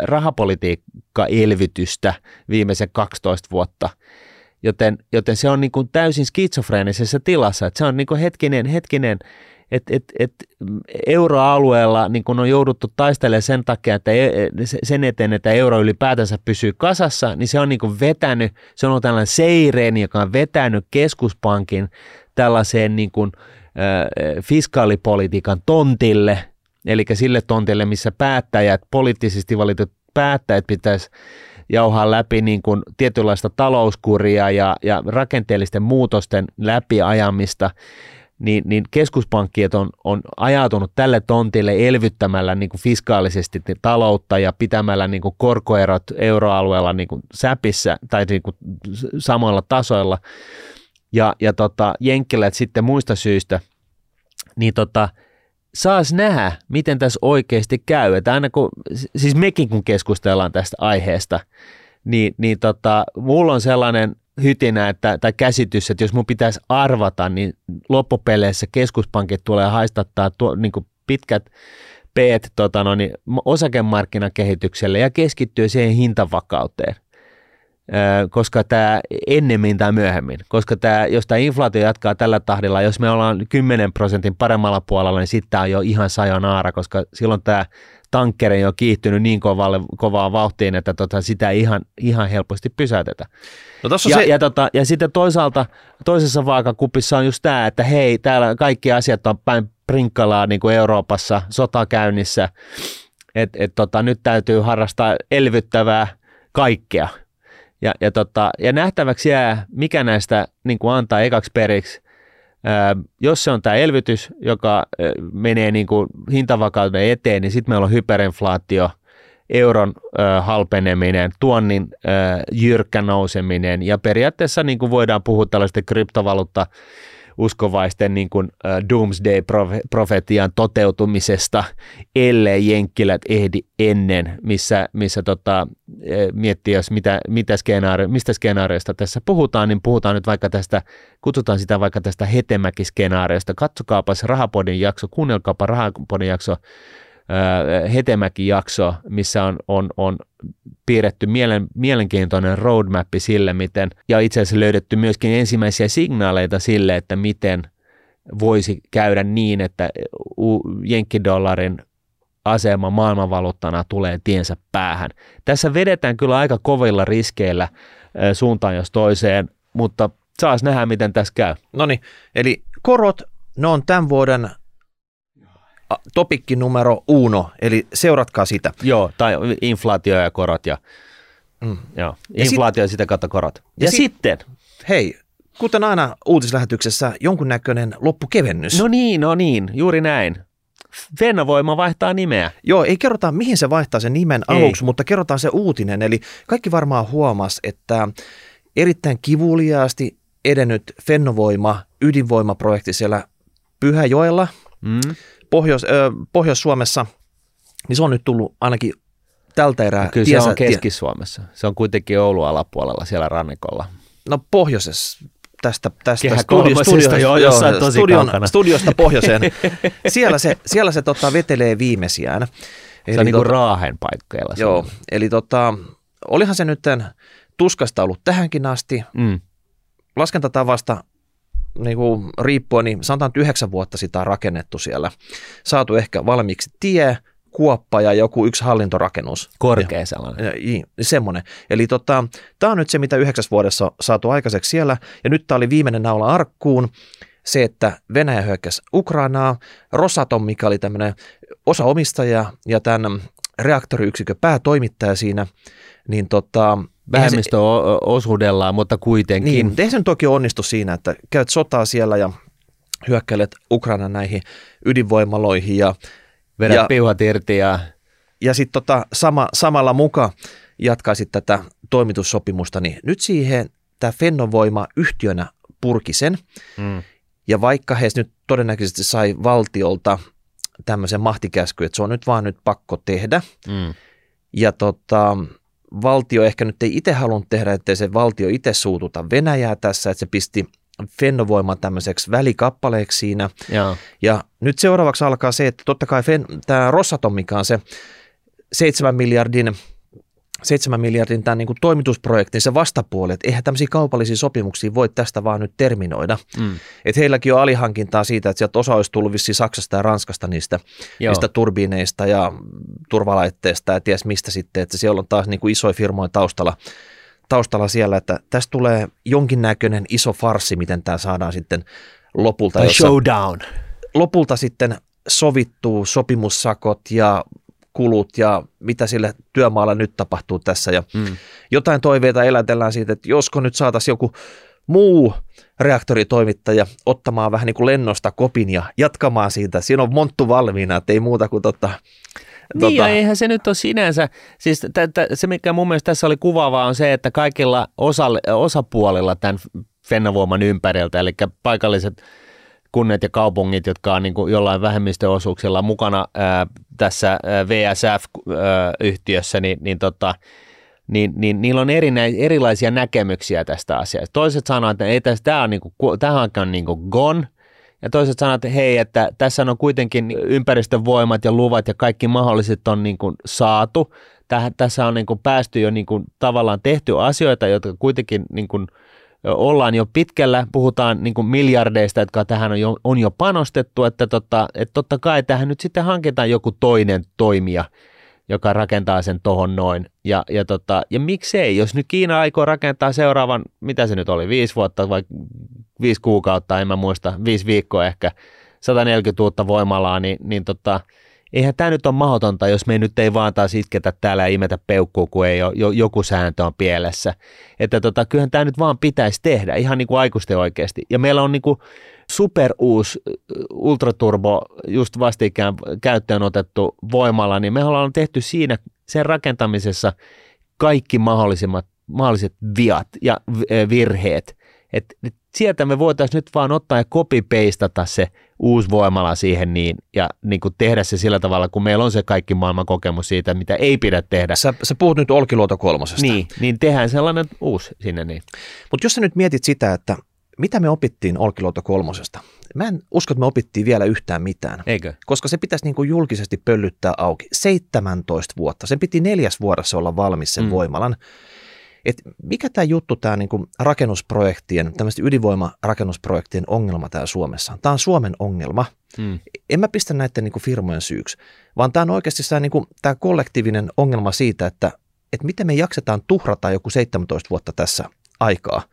rahapolitiikka-elvytystä viimeisen kaksitoista vuotta. Joten, joten se on niin kuin täysin skitsofreenisessä tilassa, että se on niin kuin hetkinen, hetkinen että et, et euroalueella niin kuin on jouduttu taistelemaan sen takia, että sen eteen, että euro ylipäätänsä pysyy kasassa, niin se on niin kuin vetänyt, se on ollut tällainen seireeni, joka on vetänyt keskuspankin tällaiseen niin kuin, äh, fiskaalipolitiikan tontille, eli sille tontille, missä päättäjät, poliittisesti valitut päättäjät pitäisi jauhaa läpi niin kuin tietynlaista talouskuria ja, ja rakenteellisten muutosten läpiajamista, niin, niin keskuspankkiet on, on ajautunut tälle tontille elvyttämällä niin kuin fiskaalisesti taloutta ja pitämällä niin kuin korkoerot euroalueella niin kuin säpissä tai niin kuin samoilla tasoilla. ja, ja tota, jenkkilät sitten muista syistä, niin tota, saas nähdä, miten tässä oikeasti käy. Että aina kun, siis mekin kun keskustellaan tästä aiheesta, niin, niin tota, mulla on sellainen hytinä että, tai käsitys, että jos mun pitäisi arvata, niin loppupeleissä keskuspankit tulee haistattaa tuo, niin kuin pitkät peet tota, no, niin osakemarkkinakehitykselle ja keskittyä siihen hintavakauteen. Koska tämä ennemmin tai myöhemmin, koska tämä, jos tämä inflaatio jatkaa tällä tahdilla, jos me ollaan kymmenen prosentin paremmalla puolella, niin sitten tämä on jo ihan sayonara, koska silloin tämä tankkeri on jo kiihtynyt niin kovalle, kovaa vauhtiin, että tota, sitä ei ihan, ihan helposti pysäytetä. No ja, se... ja, tota, ja sitten toisaalta toisessa vaakakupissa on just tämä, että hei, täällä kaikki asiat on päin prinkkalaa niin kuin Euroopassa, sota käynnissä, että et, tota, nyt täytyy harrastaa elvyttävää kaikkea. Ja, ja, tota, ja nähtäväksi jää, mikä näistä niin kuin antaa ekaksi periksi. Ää, jos se on tämä elvytys, joka ä, menee niin kuin hintavakauden eteen, niin sitten meillä on hyperinflaatio, euron ä, halpeneminen, tuonnin ä, jyrkkä nouseminen ja periaatteessa niin kuin voidaan puhua tällaista kryptovaluutta uskovaisten niin kuin, uh, doomsday-profetian toteutumisesta, ellei jenkkilät ehdi ennen, missä, missä tota, miettii, jos mitä, mitä skenaario, mistä skenaariosta tässä puhutaan, niin puhutaan nyt vaikka tästä, kutsutaan sitä vaikka tästä Hetemäki-skenaariosta. Katsokaapas Rahapodin jakso, kuunnelkaapa Rahapodin jakso, uh, Hetemäki-jakso, missä on, on, on piirretty mielen, mielenkiintoinen roadmappi sille, miten, ja itse asiassa löydetty myöskin ensimmäisiä signaaleita sille, että miten voisi käydä niin, että jenkkidollarin asema maailmanvaluuttana tulee tiensä päähän. Tässä vedetään kyllä aika kovilla riskeillä suuntaan jos toiseen, mutta saas nähdä, miten tässä käy. No niin, eli korot, ne on tämän vuoden topikki numero uno, eli seuratkaa sitä. Joo, tai inflaatio ja korot ja, mm. joo, inflaatio ja, sit, ja sitä kautta korot. Ja, ja sit, sitten? Hei, kuten aina uutislähetyksessä, jonkunnäköinen loppukevennys. No niin, no niin, juuri näin. Fennovoima vaihtaa nimeä. Joo, ei kerrota mihin se vaihtaa sen nimen ei. aluksi, mutta kerrotaan se uutinen. Eli kaikki varmaan huomas, että erittäin kivuliaasti edennyt Fennovoima ydinvoimaprojekti siellä Pyhäjoella, mm. Pohjois, ö, Pohjois-Suomessa, niin se on nyt tullut ainakin tältä erää. Kyllä tiesä, se on Keski-Suomessa. Se on kuitenkin Oulun alapuolella siellä rannikolla. No pohjoisessa tästä, tästä Kehä studio, studio, joo, jossain tosi studion, studiosta pohjoiseen. Siellä se, siellä se tota, vetelee viimeisiään. Se eli on niin kuin tota, Raahen paikkeilla. Joo, eli tota, olihan se nyt tuskasta ollut tähänkin asti. Mm. Laskentatavasta niin kuin riippuen, niin sanotaan, että yhdeksän vuotta sitä on rakennettu siellä. Saatu ehkä valmiiksi tie, kuoppa ja joku yksi hallintorakennus. Korkea sellainen. Ja, ja, semmoinen. Eli tota, tämä on nyt se, mitä yhdeksäs vuodessa saatu aikaiseksi siellä. Ja nyt tämä oli viimeinen naula arkkuun. Se, että Venäjä hyökkäsi Ukrainaa, Rosatom, mikä oli tämmöinen osaomistaja ja tämän reaktoriyksikön päätoimittaja siinä, niin tota, vähemmistöosuudellaan, mutta kuitenkin. Niin, eihän se nyt toki onnistu siinä, että käyt sotaa siellä ja hyökkäilet Ukrainan näihin ydinvoimaloihin ja vedät ja, piuhat irti ja ja sitten tota, sama, samalla mukaan jatkaisit tätä toimitussopimusta, niin nyt siihen tämä Fennovoima yhtiönä purki sen, mm. ja vaikka he nyt todennäköisesti sai valtiolta tämmöisen mahtikäsky, että se on nyt vaan nyt pakko tehdä, mm. ja tota, valtio ehkä nyt ei itse halunnut tehdä, ettei se valtio itse suututa Venäjää tässä, että se pisti Fennovoiman tämmöiseksi välikappaleeksi siinä. Joo. Ja nyt seuraavaksi alkaa se, että totta kai Fen, tämä Rosatom, mikä on se seitsemän miljardin, seitsemän miljardin tämän niin kuin toimitusprojektin se vastapuoli, että eihän tämmöisiä kaupallisia sopimuksia voi tästä vaan nyt terminoida. Mm. Että heilläkin on alihankintaa siitä, että sieltä osa olisi tullut vissiin Saksasta ja Ranskasta niistä, niistä turbiineista ja turvalaitteista ja ties mistä sitten, että siellä on taas niin kuin isoja firmoja taustalla, taustalla siellä, että tästä tulee jonkinnäköinen iso farssi, miten tämä saadaan sitten lopulta. A showdown. Lopulta sitten sovittuu sopimussakot ja kulut ja mitä sille työmaalla nyt tapahtuu tässä. Ja mm. jotain toiveita elätellään siitä, että josko nyt saataisiin joku muu reaktoritoimittaja ottamaan vähän niin kuin lennosta kopin ja jatkamaan siitä. Siinä on monttu valmiina, että ei muuta kuin totta. Niin tota, ja eihän se nyt ole sinänsä, siis t- t- se mikä mun mielestä tässä oli kuvaavaa on se, että kaikilla osa- osapuolilla tämän Fennovoiman ympäriltä, eli paikalliset kunnat ja kaupungit, jotka on niin kuin jollain vähemmistöosuuksilla mukana ää, tässä ää, V S F-yhtiössä, niin, niin, tota, niin, niin niillä on erinä, erilaisia näkemyksiä tästä asiasta. Toiset sanoo, että ei tässä, tämä on, niin kuin, tämähän on niin kuin gone, ja toiset sanoo, että hei, että tässä on kuitenkin ympäristövoimat ja luvat ja kaikki mahdolliset on niin kuin saatu. Tähän, tässä on niin kuin päästy jo niin kuin tavallaan tehty asioita, jotka kuitenkin niin kuin ollaan jo pitkällä, puhutaan niin kuin miljardeista, jotka tähän on jo, on jo panostettu, että, tota, että totta kai tähän nyt sitten hankitaan joku toinen toimija, joka rakentaa sen tohon noin. Ja, ja, tota, ja miksei, jos nyt Kiina aikoo rakentaa seuraavan, mitä se nyt oli, viisi vuotta vai viisi kuukautta, en mä muista, viisi viikkoa ehkä, sata neljäkymmentä uutta voimalaa, niin, niin tota, eihän tämä nyt ole mahdotonta, jos me nyt ei vaan taas itketä täällä ja imetä peukkuu, kun ei ole, jo, joku sääntö on pielessä. Että tota, kyllähän tämä nyt vaan pitäisi tehdä, ihan niin kuin aikuisten oikeasti. Ja meillä on niin kuin super uusi ultraturbo just vastikään käyttöön otettu voimalla, niin me ollaan tehty siinä sen rakentamisessa kaikki mahdollisimmat, mahdolliset viat ja virheet. Et, et sieltä me voitaisiin nyt vaan ottaa ja copy-pastata se uusi voimala siihen niin, ja niin kuin tehdä se sillä tavalla, kun meillä on se kaikki maailman kokemus siitä, mitä ei pidä tehdä. Sä, sä puhut nyt Olkiluoto kolmosesta. Niin, niin tehdään sellainen uusi sinne niin. Mutta jos sä nyt mietit sitä, että mitä me opittiin Olkiluoto kolmosesta? Mä en usko, että me opittiin vielä yhtään mitään. Eikö? Koska se pitäisi niin kuin julkisesti pöllyttää auki. seitsemäntoista vuotta. Sen piti neljäs vuodessa olla valmis sen mm. voimalan. Et mikä tämä juttu, tämä niinku rakennusprojektien, tämmöisten ydinvoimarakennusprojektien ongelma täällä Suomessa on? Tämä on Suomen ongelma. Mm. En mä pistä näiden niinku firmojen syyksi, vaan tämä on oikeasti tämä niinku, kollektiivinen ongelma siitä, että et miten me jaksetaan tuhrata joku seitsemäntoista vuotta tässä aikaa.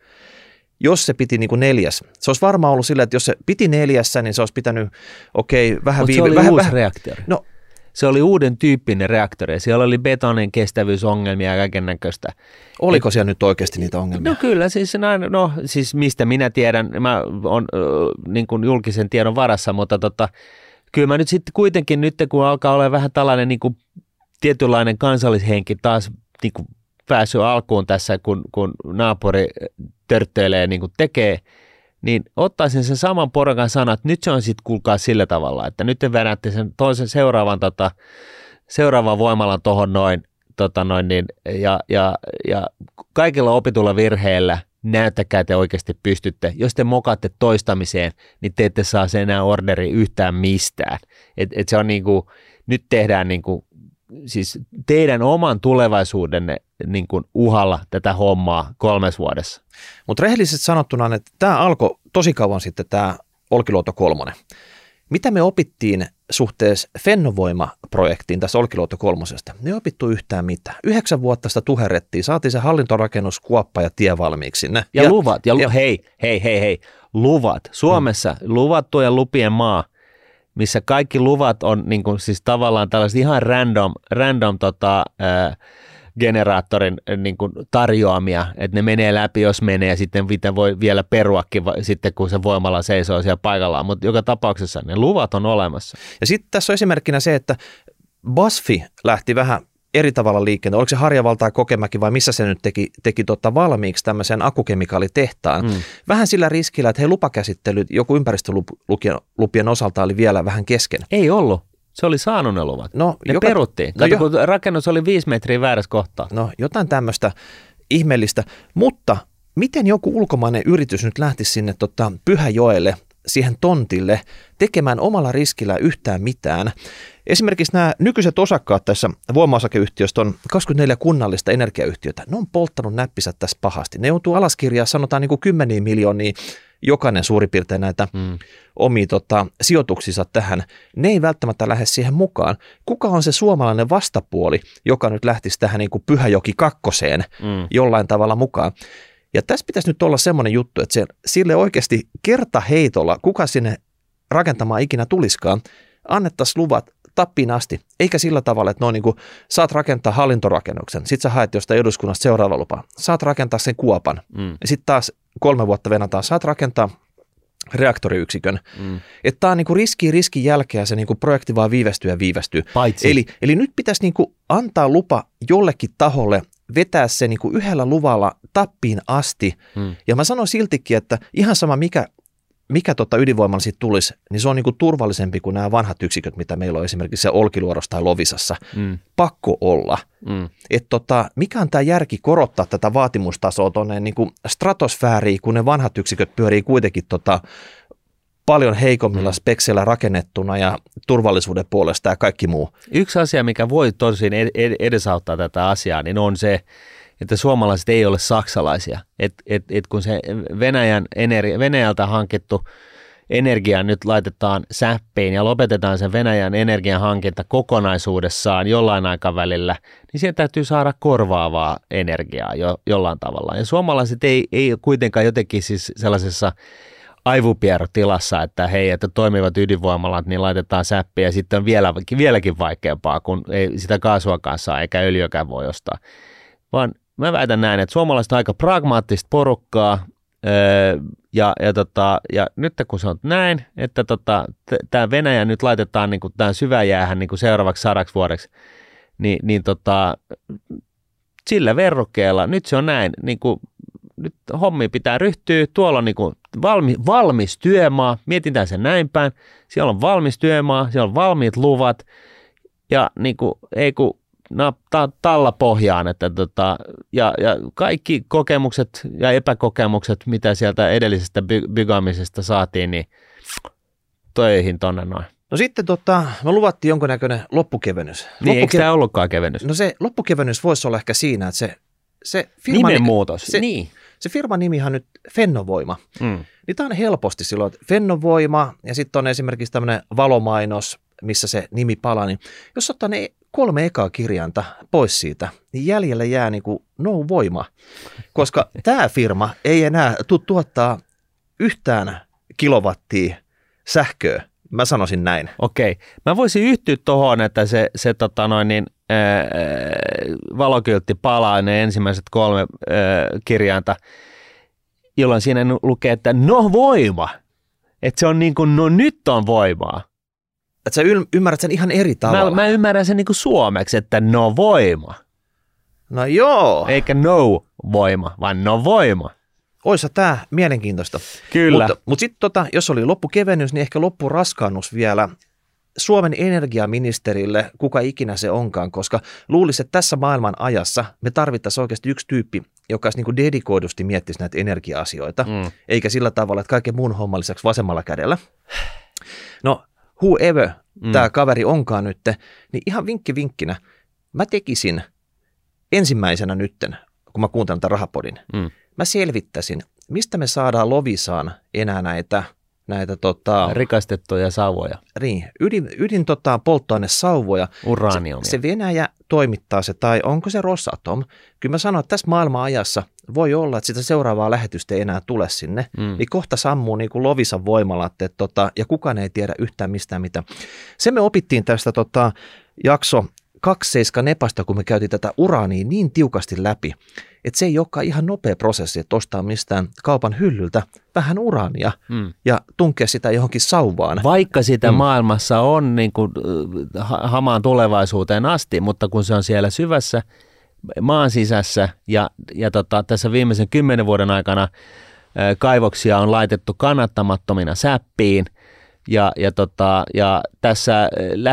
Jos se piti niinku neljäs, se olisi varmaan ollut sillä, että jos se piti neljässä, niin se olisi pitänyt, okei, okay, vähän viive. Mutta se oli vähän, uusi vähän, reaktori. No, se oli uuden tyyppinen reaktori. Siellä oli betonin kestävyysongelmia ja kaiken näköistä. Oliko Et, siellä nyt oikeasti niitä ongelmia? No kyllä, siis, no, siis mistä minä tiedän, mä olen niin kuin julkisen tiedon varassa, mutta tota, kyllä mä nyt sitten kuitenkin nyt, kun alkaa olla vähän tällainen niin kuin tietynlainen kansallishenki taas niin kuin päässyt alkuun tässä, kun, kun naapuri törttöilee niin kuin tekee, niin ottaisin sen saman porukan sanan, että nyt se on sitten kuulkaa sillä tavalla, että nyt te vedätte sen toisen seuraavan, tota, seuraavan voimalan tuohon noin, tota noin niin, ja, ja, ja kaikilla opitulla virheillä näyttäkää te oikeasti pystytte. Jos te mokaatte toistamiseen, niin te ette saa se enää orderi yhtään mistään. Et, et se on niinku, nyt tehdään niinku, siis teidän oman tulevaisuudenne niin kuin uhalla tätä hommaa kolmes vuodessa. Mutta rehellisesti sanottuna, että tämä alkoi tosi kauan sitten tämä Olkiluoto kolmonen. Mitä me opittiin suhteessa Fennovoima-projektiin tässä Olkiluoto kolmosesta? Ne ei opittu yhtään mitään. Yhdeksän vuotta sitä tuherrettiin, saatiin se hallintorakennus, kuoppa ja tie valmiiksi sinne. Ja, ja luvat, ja, ja hei, hei, hei, hei, luvat. Suomessa hmm. luvattujen lupien maa, missä kaikki luvat on niin kuin, siis tavallaan tällaiset ihan random, random tota, ää, generaattorin niin kuin tarjoamia, että ne menee läpi, jos menee, ja sitten voi vielä peruakin sitten, kun se voimala seisoo siellä paikallaan, mutta joka tapauksessa ne luvat on olemassa. Ja sitten tässä on esimerkkinä se, että BASF lähti vähän eri tavalla liikkeelle. Oliko se Harjavalta tai Kokemäki vai missä se nyt teki, teki tota valmiiksi tämmöisen akkukemikaalitehtaan. Mm. Vähän sillä riskillä, että he lupakäsittelyt joku ympäristölupien osalta oli vielä vähän kesken. Ei ollut. Se oli saanut ne luvat. No, ne joka, peruttiin. Kato, no kun jo, rakennus oli viisi metriä väärässä kohtaa. No jotain tämmöistä ihmeellistä. Mutta miten joku ulkomainen yritys nyt lähtisi sinne tota, Pyhäjoelle, siihen tontille, tekemään omalla riskillä yhtään mitään? Esimerkiksi nämä nykyiset osakkaat tässä voima-osakeyhtiöstä on kaksikymmentäneljä kunnallista energiayhtiötä. Ne on polttanut näppisä tässä pahasti. Ne joutuu alaskirjaa, sanotaan niin kuin kymmeniä miljoonia jokainen suurin piirtein näitä mm. omia tota, sijoituksissa tähän. Ne ei välttämättä lähde siihen mukaan. Kuka on se suomalainen vastapuoli, joka nyt lähtisi tähän niin kuin Pyhäjoki kakkoseen mm. jollain tavalla mukaan? Ja tässä pitäisi nyt olla semmoinen juttu, että se, sille oikeasti kertaheitolla, kuka sinne rakentamaan ikinä tuliskaan, annettaisiin luvat tappiin asti, eikä sillä tavalla, että no niin kuin, saat rakentaa hallintorakennuksen, sit sä haet jostain eduskunnasta seuraava lupa, saat rakentaa sen kuopan, mm. ja sitten taas kolme vuotta venataan, saat rakentaa reaktoriyksikön. Mm. Että tämä on niinku riski riskin jälkeen se niinku projekti vaan viivästyy ja viivästyy. Eli, eli nyt pitäisi niinku antaa lupa jollekin taholle vetää se niin kuin yhdellä luvalla tappiin asti. Hmm. Ja mä sanon siltikin, että ihan sama mikä, mikä tota ydinvoimalla siitä tulisi, niin se on niin kuin turvallisempi kuin nämä vanhat yksiköt, mitä meillä on esimerkiksi se Olkiluodossa tai Lovisassa. Hmm. Pakko olla. Hmm. Että tota, mikä on tämä järki korottaa tätä vaatimustasoa tuonne niin kuin stratosfääriin, kun ne vanhat yksiköt pyörii kuitenkin tota, paljon heikommilla spekseillä rakennettuna ja turvallisuuden puolesta ja kaikki muu. Yksi asia, mikä voi tosin edesauttaa tätä asiaa, niin on se, että suomalaiset ei ole saksalaisia. Et, et, et kun se Venäjän energi- Venäjältä hankittu energia nyt laitetaan säppiin ja lopetetaan sen Venäjän energian hankinta kokonaisuudessaan jollain aikavälillä, niin sieltä täytyy saada korvaavaa energiaa jo, jollain tavalla. Ja suomalaiset ei, ei kuitenkaan jotenkin siis sellaisessa aivopierrotilassa, että hei, että toimivat ydinvoimalat, niin laitetaan säppiä ja sitten on vielä, vieläkin vaikeampaa, kun ei sitä kaasuakaan saa eikä öljyäkään voi ostaa. Vaan mä väitän näin, että suomalaiset on aika pragmaattista porukkaa öö, ja, ja, tota, ja nyt kun se on näin, että tota, tämä Venäjä nyt laitetaan niin tähän syväjäähän niin seuraavaksi sadaksi vuodeksi, niin, niin tota, sillä verrokkeella, nyt se on näin, niin kuin, nyt hommi pitää ryhtyä, tuolla on niin kuin valmi, valmis työmaa, mietitään sen näin päin, siellä on valmis työmaa, siellä on valmiit luvat ja niin kuin, ei kun no, ta, talla pohjaan, että tota, ja, ja kaikki kokemukset ja epäkokemukset, mitä sieltä edellisestä by, bygaamisesta saatiin, niin töihin tonne noin. No sitten tota, me luvattiin jonkunnäköinen loppukevennys. Niin, Loppuke- eikö tämä ollutkaan kevennys? No se loppukevennys voisi olla ehkä siinä, että se, se firma... Nimenmuutos, se, niin. Se firman nimihan nyt Fennovoima. Mm. Niin tämä on helposti silloin, että Fennovoima ja sitten on esimerkiksi tämmöinen valomainos, missä se nimi palaa, niin jos ottaa ne kolme ekaa kirjainta pois siitä, niin jäljellä jää niin kuin no voima, koska tämä firma ei enää tule tuottaa yhtään kilowattia sähköä. Mä sanoisin näin. Okei. Mä voisin yhtyä tuohon, että se, se tota noin niin, ää, valokyltti palaa ne ensimmäiset kolme ää, kirjainta, jolloin siinä lukee, että no voima. Että se on niin kuin no nyt on voimaa. Että sä y- ymmärrät sen ihan eri tavalla. Mä, mä ymmärrän sen niin kuin suomeksi, että no voima. No joo. Eikä no voima, vaan no voima. Oissa tämä mielenkiintoista. Kyllä. Mutta, mutta sitten tota, jos oli loppukevennys, niin ehkä loppuraskaannus vielä Suomen energiaministerille, kuka ikinä se onkaan, koska luulisin, että tässä maailman ajassa me tarvittaisiin oikeasti yksi tyyppi, joka niin kuin dedikoidusti miettisi näitä energia-asioita, mm. eikä sillä tavalla, että kaiken muun homman lisäksi vasemmalla kädellä. No, whoever mm. tämä kaveri onkaan nyt, niin ihan vinkki vinkkinä, mä tekisin ensimmäisenä nytten, kun mä kuuntelen tämän Rahapodin, mm. mä selvittäisin, mistä me saadaan Lovisaan enää näitä, näitä tota, rikastettuja sauvoja. Niin, ydin, ydin tota, polttoainesauvoja. Uraniumia. Se, se Venäjä toimittaa se, tai onko se Rosatom? Kyllä mä sanon, että tässä maailman ajassa voi olla, että sitä seuraavaa lähetystä ei enää tule sinne. Mm. Niin kohta sammuu niin kuin Lovisan voimalat, että, tota, ja kukaan ei tiedä yhtään mistään mitä. Se me opittiin tästä tota, jakso kaksikymmentäseitsemän kun me käytiin tätä uraania niin tiukasti läpi, että se ei olekaan ihan nopea prosessi, että ostaa mistään kaupan hyllyltä vähän uraania mm. ja tunkea sitä johonkin sauvaan. Vaikka sitä mm. maailmassa on niin kuin hamaan tulevaisuuteen asti, mutta kun se on siellä syvässä maan sisässä ja, ja tota, tässä viimeisen kymmenen vuoden aikana ää, kaivoksia on laitettu kannattamattomina säppiin, Ja, ja, tota, ja tässä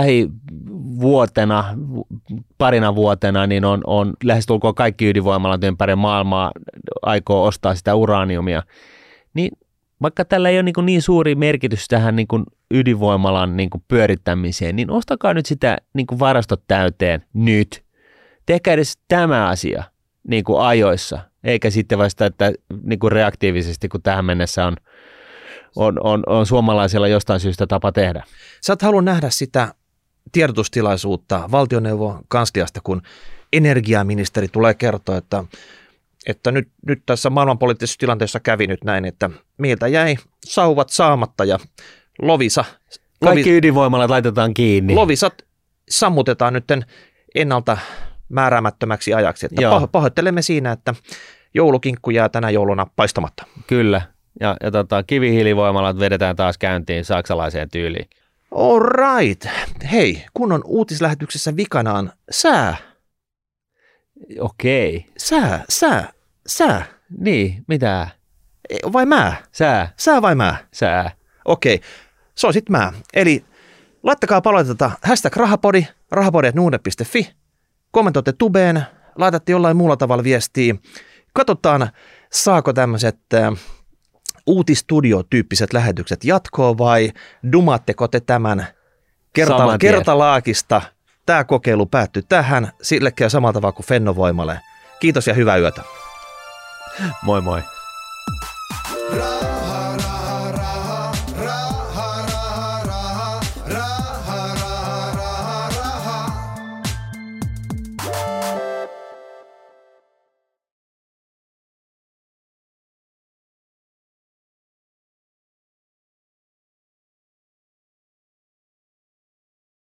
lähivuotena, parina vuotena, niin on, on lähestulkoon kaikki ydinvoimalat ympäri maailmaa aikoo ostaa sitä uraniumia. Niin vaikka tällä ei ole niin, niin suuri merkitys tähän niin kuin ydinvoimalan niin kuin pyörittämiseen, niin ostakaa nyt sitä niin kuin varastot täyteen nyt. Tehkää edes tämä asia niin kuin ajoissa, eikä sitten vasta että niin kuin reaktiivisesti, kun tähän mennessä on On, on, on suomalaisilla jostain syystä tapa tehdä. Sä et halua nähdä sitä tiedotustilaisuutta valtioneuvon kansliasta, kun energiaministeri tulee kertoa, että, että nyt, nyt tässä maailmanpoliittisessa tilanteessa kävi nyt näin, että meiltä jäi sauvat saamatta ja Lovisa. Kaikki Lovi, ydinvoimalat laitetaan kiinni. Lovisat sammutetaan nyt ennalta määräämättömäksi ajaksi. Että paho, pahoittelemme siinä, että joulukinkku jää tänä jouluna paistamatta. Kyllä. Ja, ja tota, kivihiilivoimalat vedetään taas käyntiin saksalaiseen tyyliin. All right. Hei, kun on uutislähetyksessä vikanaan sää. Okei. Sä, sä, sä. Niin, mitä? Vai mä? Sää. Sä vai mä? Sää. Okei, se on sit mä. Eli laittakaa palautetta hashtag rahapodi, rahapodi at nuude piste fi, kommentoitte tubeen, laitatte jollain muulla tavalla viestiä. Katsotaan, saako tämmöiset äh, uutistudio-tyyppiset lähetykset jatkoa vai dumaatteko te tämän kerta, kertalaakista. Tämä kokeilu päättyi tähän, sille käy samalla tavalla kuin Fennovoimalle. Kiitos ja hyvää yötä. Moi moi. Raha.